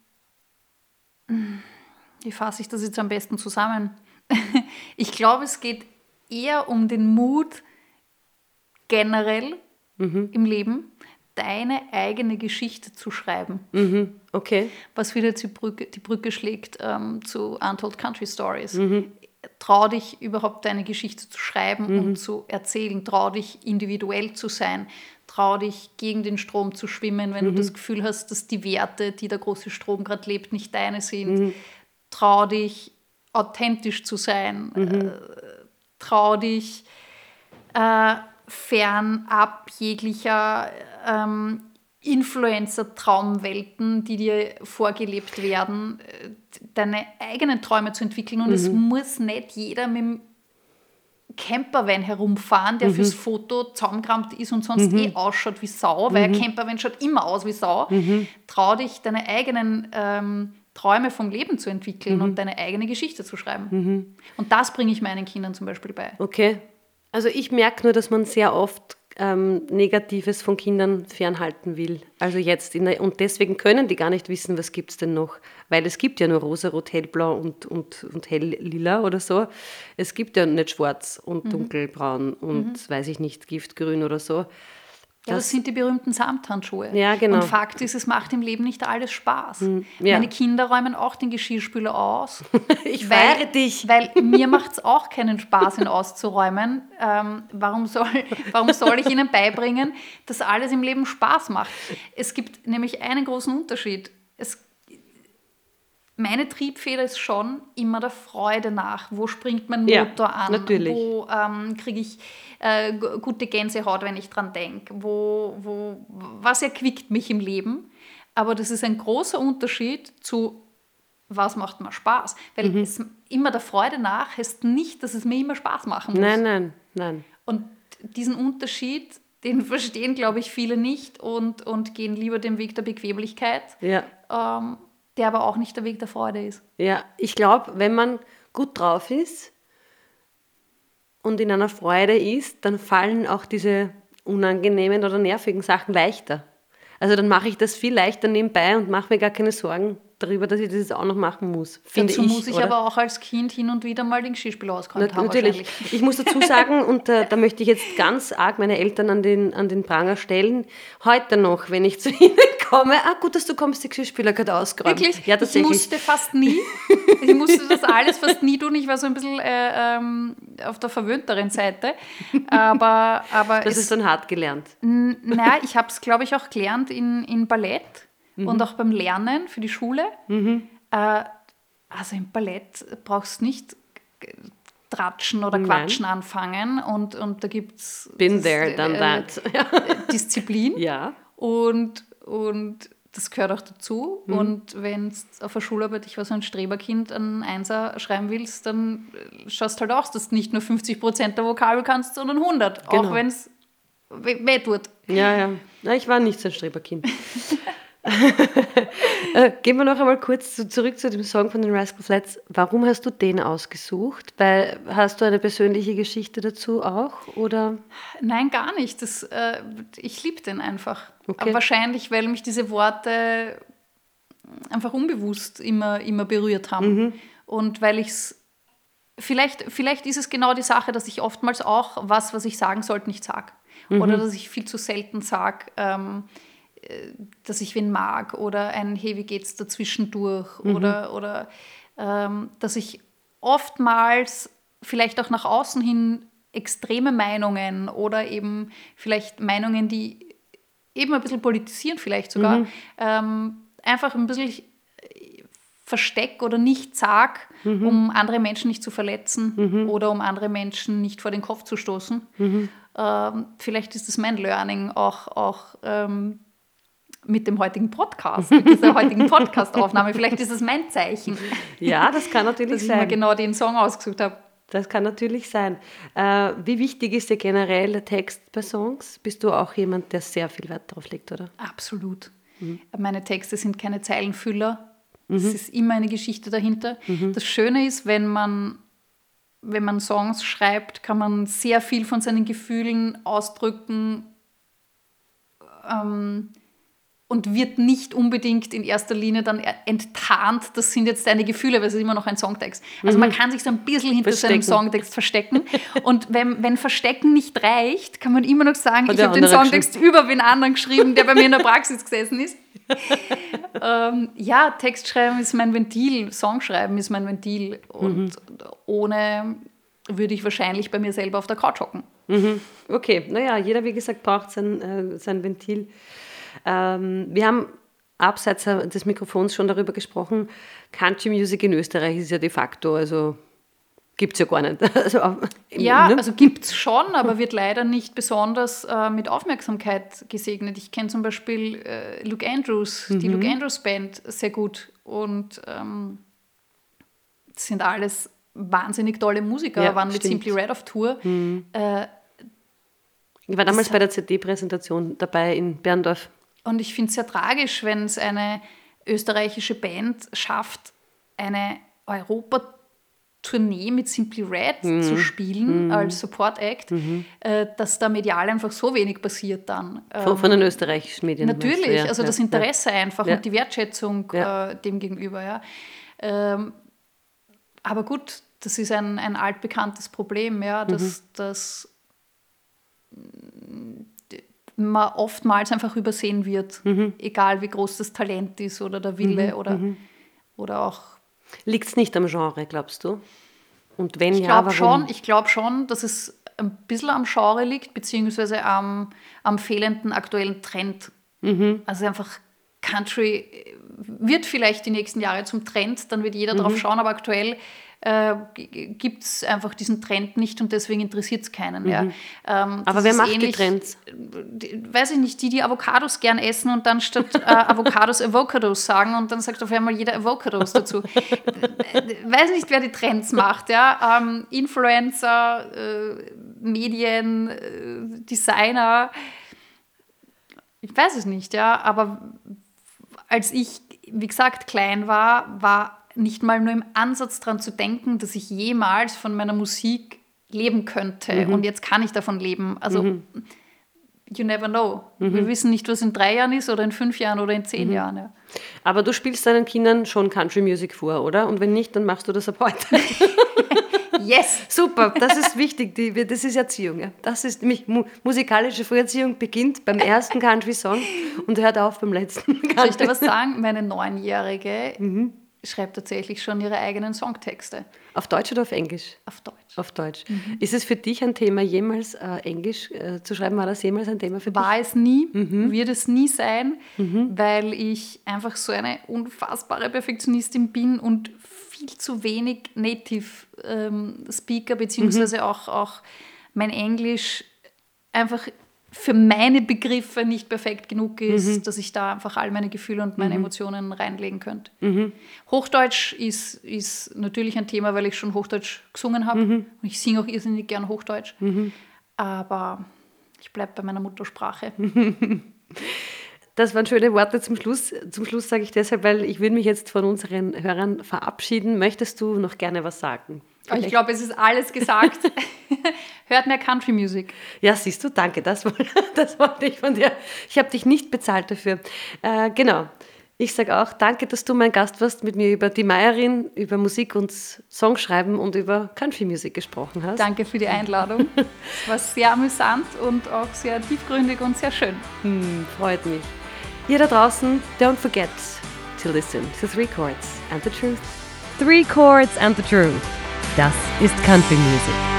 wie fasse ich das jetzt am besten zusammen? Ich glaube, es geht eher um den Mut generell mhm. im Leben, deine eigene Geschichte zu schreiben. Mhm. Okay. Was wieder die Brücke, die Brücke schlägt ähm, zu Untold Country Stories. Mhm. Trau dich überhaupt deine Geschichte zu schreiben mhm. und zu erzählen. Trau dich individuell zu sein. Trau dich gegen den Strom zu schwimmen, wenn mhm. du das Gefühl hast, dass die Werte, die der große Strom gerade lebt, nicht deine sind. Mhm. Trau dich authentisch zu sein. Mhm. Äh, trau dich äh, fernab jeglicher ähm, Influencer-Traumwelten, die dir vorgelebt werden, deine eigenen Träume zu entwickeln. Und mhm. es muss nicht jeder mit dem Campervan herumfahren, der mhm. fürs Foto zusammengerammt ist und sonst mhm. eh ausschaut wie Sau, mhm. weil ein Campervan schaut immer aus wie Sau. Mhm. Trau dich, deine eigenen ähm, Träume vom Leben zu entwickeln mhm. und deine eigene Geschichte zu schreiben. Mhm. Und das bringe ich meinen Kindern zum Beispiel bei. Okay. Also ich merke nur, dass man sehr oft ähm, Negatives von Kindern fernhalten will. Also jetzt. In der, und deswegen können die gar nicht wissen, was gibt es denn noch. Weil es gibt ja nur rosa, rot, hellblau und, und, und hell-lila oder so. Es gibt ja nicht schwarz und mhm. dunkelbraun und, mhm. weiß ich nicht, giftgrün oder so. Ja, das, das sind die berühmten Samthandschuhe. Ja, genau. Und Fakt ist, es macht im Leben nicht alles Spaß. Hm, ja. Meine Kinder räumen auch den Geschirrspüler aus. Ich feiere dich. Weil mir macht es auch keinen Spaß, ihn auszuräumen. Ähm, warum, soll, warum soll ich ihnen beibringen, dass alles im Leben Spaß macht? Es gibt nämlich einen großen Unterschied. Es Meine Triebfeder ist schon immer der Freude nach. Wo springt mein Motor ja, an? Natürlich. Wo ähm, kriege ich äh, g- gute Gänsehaut, wenn ich dran denke? Wo, wo, was erquickt mich im Leben? Aber das ist ein großer Unterschied zu, was macht mir Spaß? Weil mhm. es immer der Freude nach heißt nicht, dass es mir immer Spaß machen muss. Nein, nein, nein. Und diesen Unterschied, den verstehen, glaube ich, viele nicht und, und gehen lieber den Weg der Bequemlichkeit. Ja. Ähm, der aber auch nicht der Weg der Freude ist. Ja, ich glaube, wenn man gut drauf ist und in einer Freude ist, dann fallen auch diese unangenehmen oder nervigen Sachen leichter. Also dann mache ich das viel leichter nebenbei und mache mir gar keine Sorgen darüber, dass ich das jetzt auch noch machen muss. Finde dazu ich, muss ich oder? aber auch als Kind hin und wieder mal den Geschirrspüler ausgeräumt Na, haben. Natürlich. Ich muss dazu sagen, und äh, da möchte ich jetzt ganz arg meine Eltern an den, an den Pranger stellen, heute noch, wenn ich zu ihnen komme, ah gut, dass du kommst, der Geschirrspüler gerade ausgeräumt. Wirklich? Ja, tatsächlich. Ich musste fast nie, ich musste das alles fast nie tun, ich war so ein bisschen äh, ähm, auf der verwöhnteren Seite, aber... aber das es, ist dann hart gelernt. N- naja, ich habe es, glaube ich, auch gelernt in, in Ballett mhm. und auch beim Lernen für die Schule. Mhm. Äh, also im Ballett brauchst du nicht tratschen oder quatschen Nein. anfangen und, und da gibt es... Been there, done äh, that. Disziplin. Ja. Und, und das gehört auch dazu. Mhm. Und wenn du auf der Schularbeit, ich war so ein Streberkind, einen Einser schreiben willst, dann schaust halt aus, dass du nicht nur fünfzig Prozent der Vokabel kannst, sondern hundert. Genau. Auch wenn es weh tut. Ja, ja. Na, ich war nicht so ein Streberkind. äh, gehen wir noch einmal kurz zu, zurück zu dem Song von den Rascal Flatts. Warum hast du den ausgesucht? Weil, hast du eine persönliche Geschichte dazu auch? Oder? Nein, gar nicht. Das, äh, ich liebe den einfach. Okay. Aber wahrscheinlich, weil mich diese Worte einfach unbewusst immer, immer berührt haben. Mhm. Und weil ich es vielleicht, vielleicht ist es genau die Sache, dass ich oftmals auch was, was ich sagen sollte, nicht sage. Mhm. Oder dass ich viel zu selten sage, ähm, dass ich wen mag oder ein hey, wie geht's dazwischendurch mhm. oder, oder ähm, dass ich oftmals vielleicht auch nach außen hin extreme Meinungen oder eben vielleicht Meinungen, die eben ein bisschen politisieren vielleicht sogar, mhm. ähm, einfach ein bisschen versteck oder nicht sag, mhm. um andere Menschen nicht zu verletzen mhm. oder um andere Menschen nicht vor den Kopf zu stoßen. Mhm. Ähm, vielleicht ist das mein Learning auch, auch ähm, mit dem heutigen Podcast, mit dieser heutigen Podcast-Aufnahme. Vielleicht ist es mein Zeichen. Ja, das kann natürlich dass sein. Dass ich mir genau den Song ausgesucht habe. Das kann natürlich sein. Äh, wie wichtig ist dir generell der Text bei Songs? Bist du auch jemand, der sehr viel Wert darauf legt, oder? Absolut. Mhm. Meine Texte sind keine Zeilenfüller. Mhm. Es ist immer eine Geschichte dahinter. Mhm. Das Schöne ist, wenn man, wenn man Songs schreibt, kann man sehr viel von seinen Gefühlen ausdrücken, ähm, und wird nicht unbedingt in erster Linie dann enttarnt, das sind jetzt deine Gefühle, weil es ist immer noch ein Songtext. Also mhm. man kann sich so ein bisschen hinter verstecken. seinem Songtext verstecken. Und wenn, wenn Verstecken nicht reicht, kann man immer noch sagen, ich habe den Songtext über wen anderen geschrieben, der bei mir in der Praxis gesessen ist. ähm, ja, Textschreiben ist mein Ventil, Songschreiben ist mein Ventil. Und mhm. ohne würde ich wahrscheinlich bei mir selber auf der Couch hocken. Mhm. Okay, naja, jeder, wie gesagt, braucht sein, äh, sein Ventil. Ähm, wir haben abseits des Mikrofons schon darüber gesprochen, Country Music in Österreich ist ja de facto also Gibt es ja gar nicht. Also, ja, ne? also gibt es schon, aber wird leider nicht besonders äh, mit Aufmerksamkeit gesegnet. Ich kenne zum Beispiel äh, Luke Andrews, mhm. die Luke Andrews Band, sehr gut. Und ähm, das sind alles wahnsinnig tolle Musiker, ja, waren mit stimmt. Simply Red auf Tour. Mhm. Äh, ich war damals bei der C D-Präsentation dabei in Berndorf. Und ich finde es sehr tragisch, wenn es eine österreichische Band schafft, eine Europa-Tournee mit Simply Red mhm. zu spielen, mhm. als Support-Act, mhm. äh, dass da medial einfach so wenig passiert dann. Von, von den österreichischen Medien. Natürlich, ja, also ja, das Interesse ja. einfach ja. und die Wertschätzung ja. äh, dem gegenüber. Ja. Ähm, aber gut, das ist ein, ein altbekanntes Problem, ja, dass, mhm. dass man oftmals einfach übersehen wird, mhm. egal wie groß das Talent ist oder der Wille mhm. oder, mhm. oder auch... Liegt es nicht am Genre, glaubst du? Und wenn ich ja, glaub warum? Schon, ich glaube schon, dass es ein bisschen am Genre liegt, beziehungsweise am, am fehlenden aktuellen Trend. Mhm. Also einfach Country wird vielleicht die nächsten Jahre zum Trend, dann wird jeder mhm. drauf schauen, aber aktuell äh, gibt es einfach diesen Trend nicht und deswegen interessiert es keinen. Mhm. Ja. Ähm, aber wer macht ähnlich, die Trends? Die, weiß ich nicht, die, die Avocados gern essen und dann statt äh, Avocados Avocados sagen und dann sagt auf einmal jeder Avocados dazu. Weiß nicht, wer die Trends macht. Ja. Ähm, Influencer, äh, Medien, äh, Designer, ich weiß es nicht, ja, aber als ich, wie gesagt, klein war, war nicht mal nur im Ansatz daran zu denken, dass ich jemals von meiner Musik leben könnte. Mhm. Und jetzt kann ich davon leben. Also, mhm. you never know. Mhm. Wir wissen nicht, was in drei Jahren ist oder in fünf Jahren oder in zehn mhm. Jahren. Ja. Aber du spielst deinen Kindern schon Country Music vor, oder? Und wenn nicht, dann machst du das ab heute. Yes! Super, das ist wichtig, die, das ist Erziehung. Ja. Das ist nämlich mu- musikalische Früherziehung beginnt beim ersten Country-Song und hört auf beim letzten. Soll ich dir was sagen? Meine Neunjährige mhm. schreibt tatsächlich schon ihre eigenen Songtexte. Auf Deutsch oder auf Englisch? Auf Deutsch. Auf Deutsch. Mhm. Ist es für dich ein Thema, jemals äh, Englisch äh, zu schreiben? War das jemals ein Thema für dich? War es nie, mhm. wird es nie sein, mhm. weil ich einfach so eine unfassbare Perfektionistin bin und viel zu wenig Native ähm, Speaker, beziehungsweise mhm. auch, auch mein Englisch einfach für meine Begriffe nicht perfekt genug ist, mhm. dass ich da einfach all meine Gefühle und meine mhm. Emotionen reinlegen könnte. Mhm. Hochdeutsch ist, ist natürlich ein Thema, weil ich schon Hochdeutsch gesungen habe. Mhm. Und ich singe auch irrsinnig gern Hochdeutsch. Mhm. Aber ich bleibe bei meiner Muttersprache. Das waren schöne Worte zum Schluss. Zum Schluss sage ich deshalb, weil ich würde mich jetzt von unseren Hörern verabschieden. Möchtest du noch gerne was sagen? Vielleicht. Ich glaube, es ist alles gesagt. Hört mehr Country Music. Ja, siehst du, danke, das, das wollte ich von dir. Ich habe dich nicht bezahlt dafür. Äh, genau, ich sage auch danke, dass du mein Gast warst, mit mir über die Meierin, über Musik und Songschreiben und über Country Music gesprochen hast. Danke für die Einladung. Es war sehr amüsant und auch sehr tiefgründig und sehr schön. Hm, freut mich. Ihr da draußen, don't forget to listen to Three Chords and the Truth. Three Chords and the Truth. Das ist Country Music.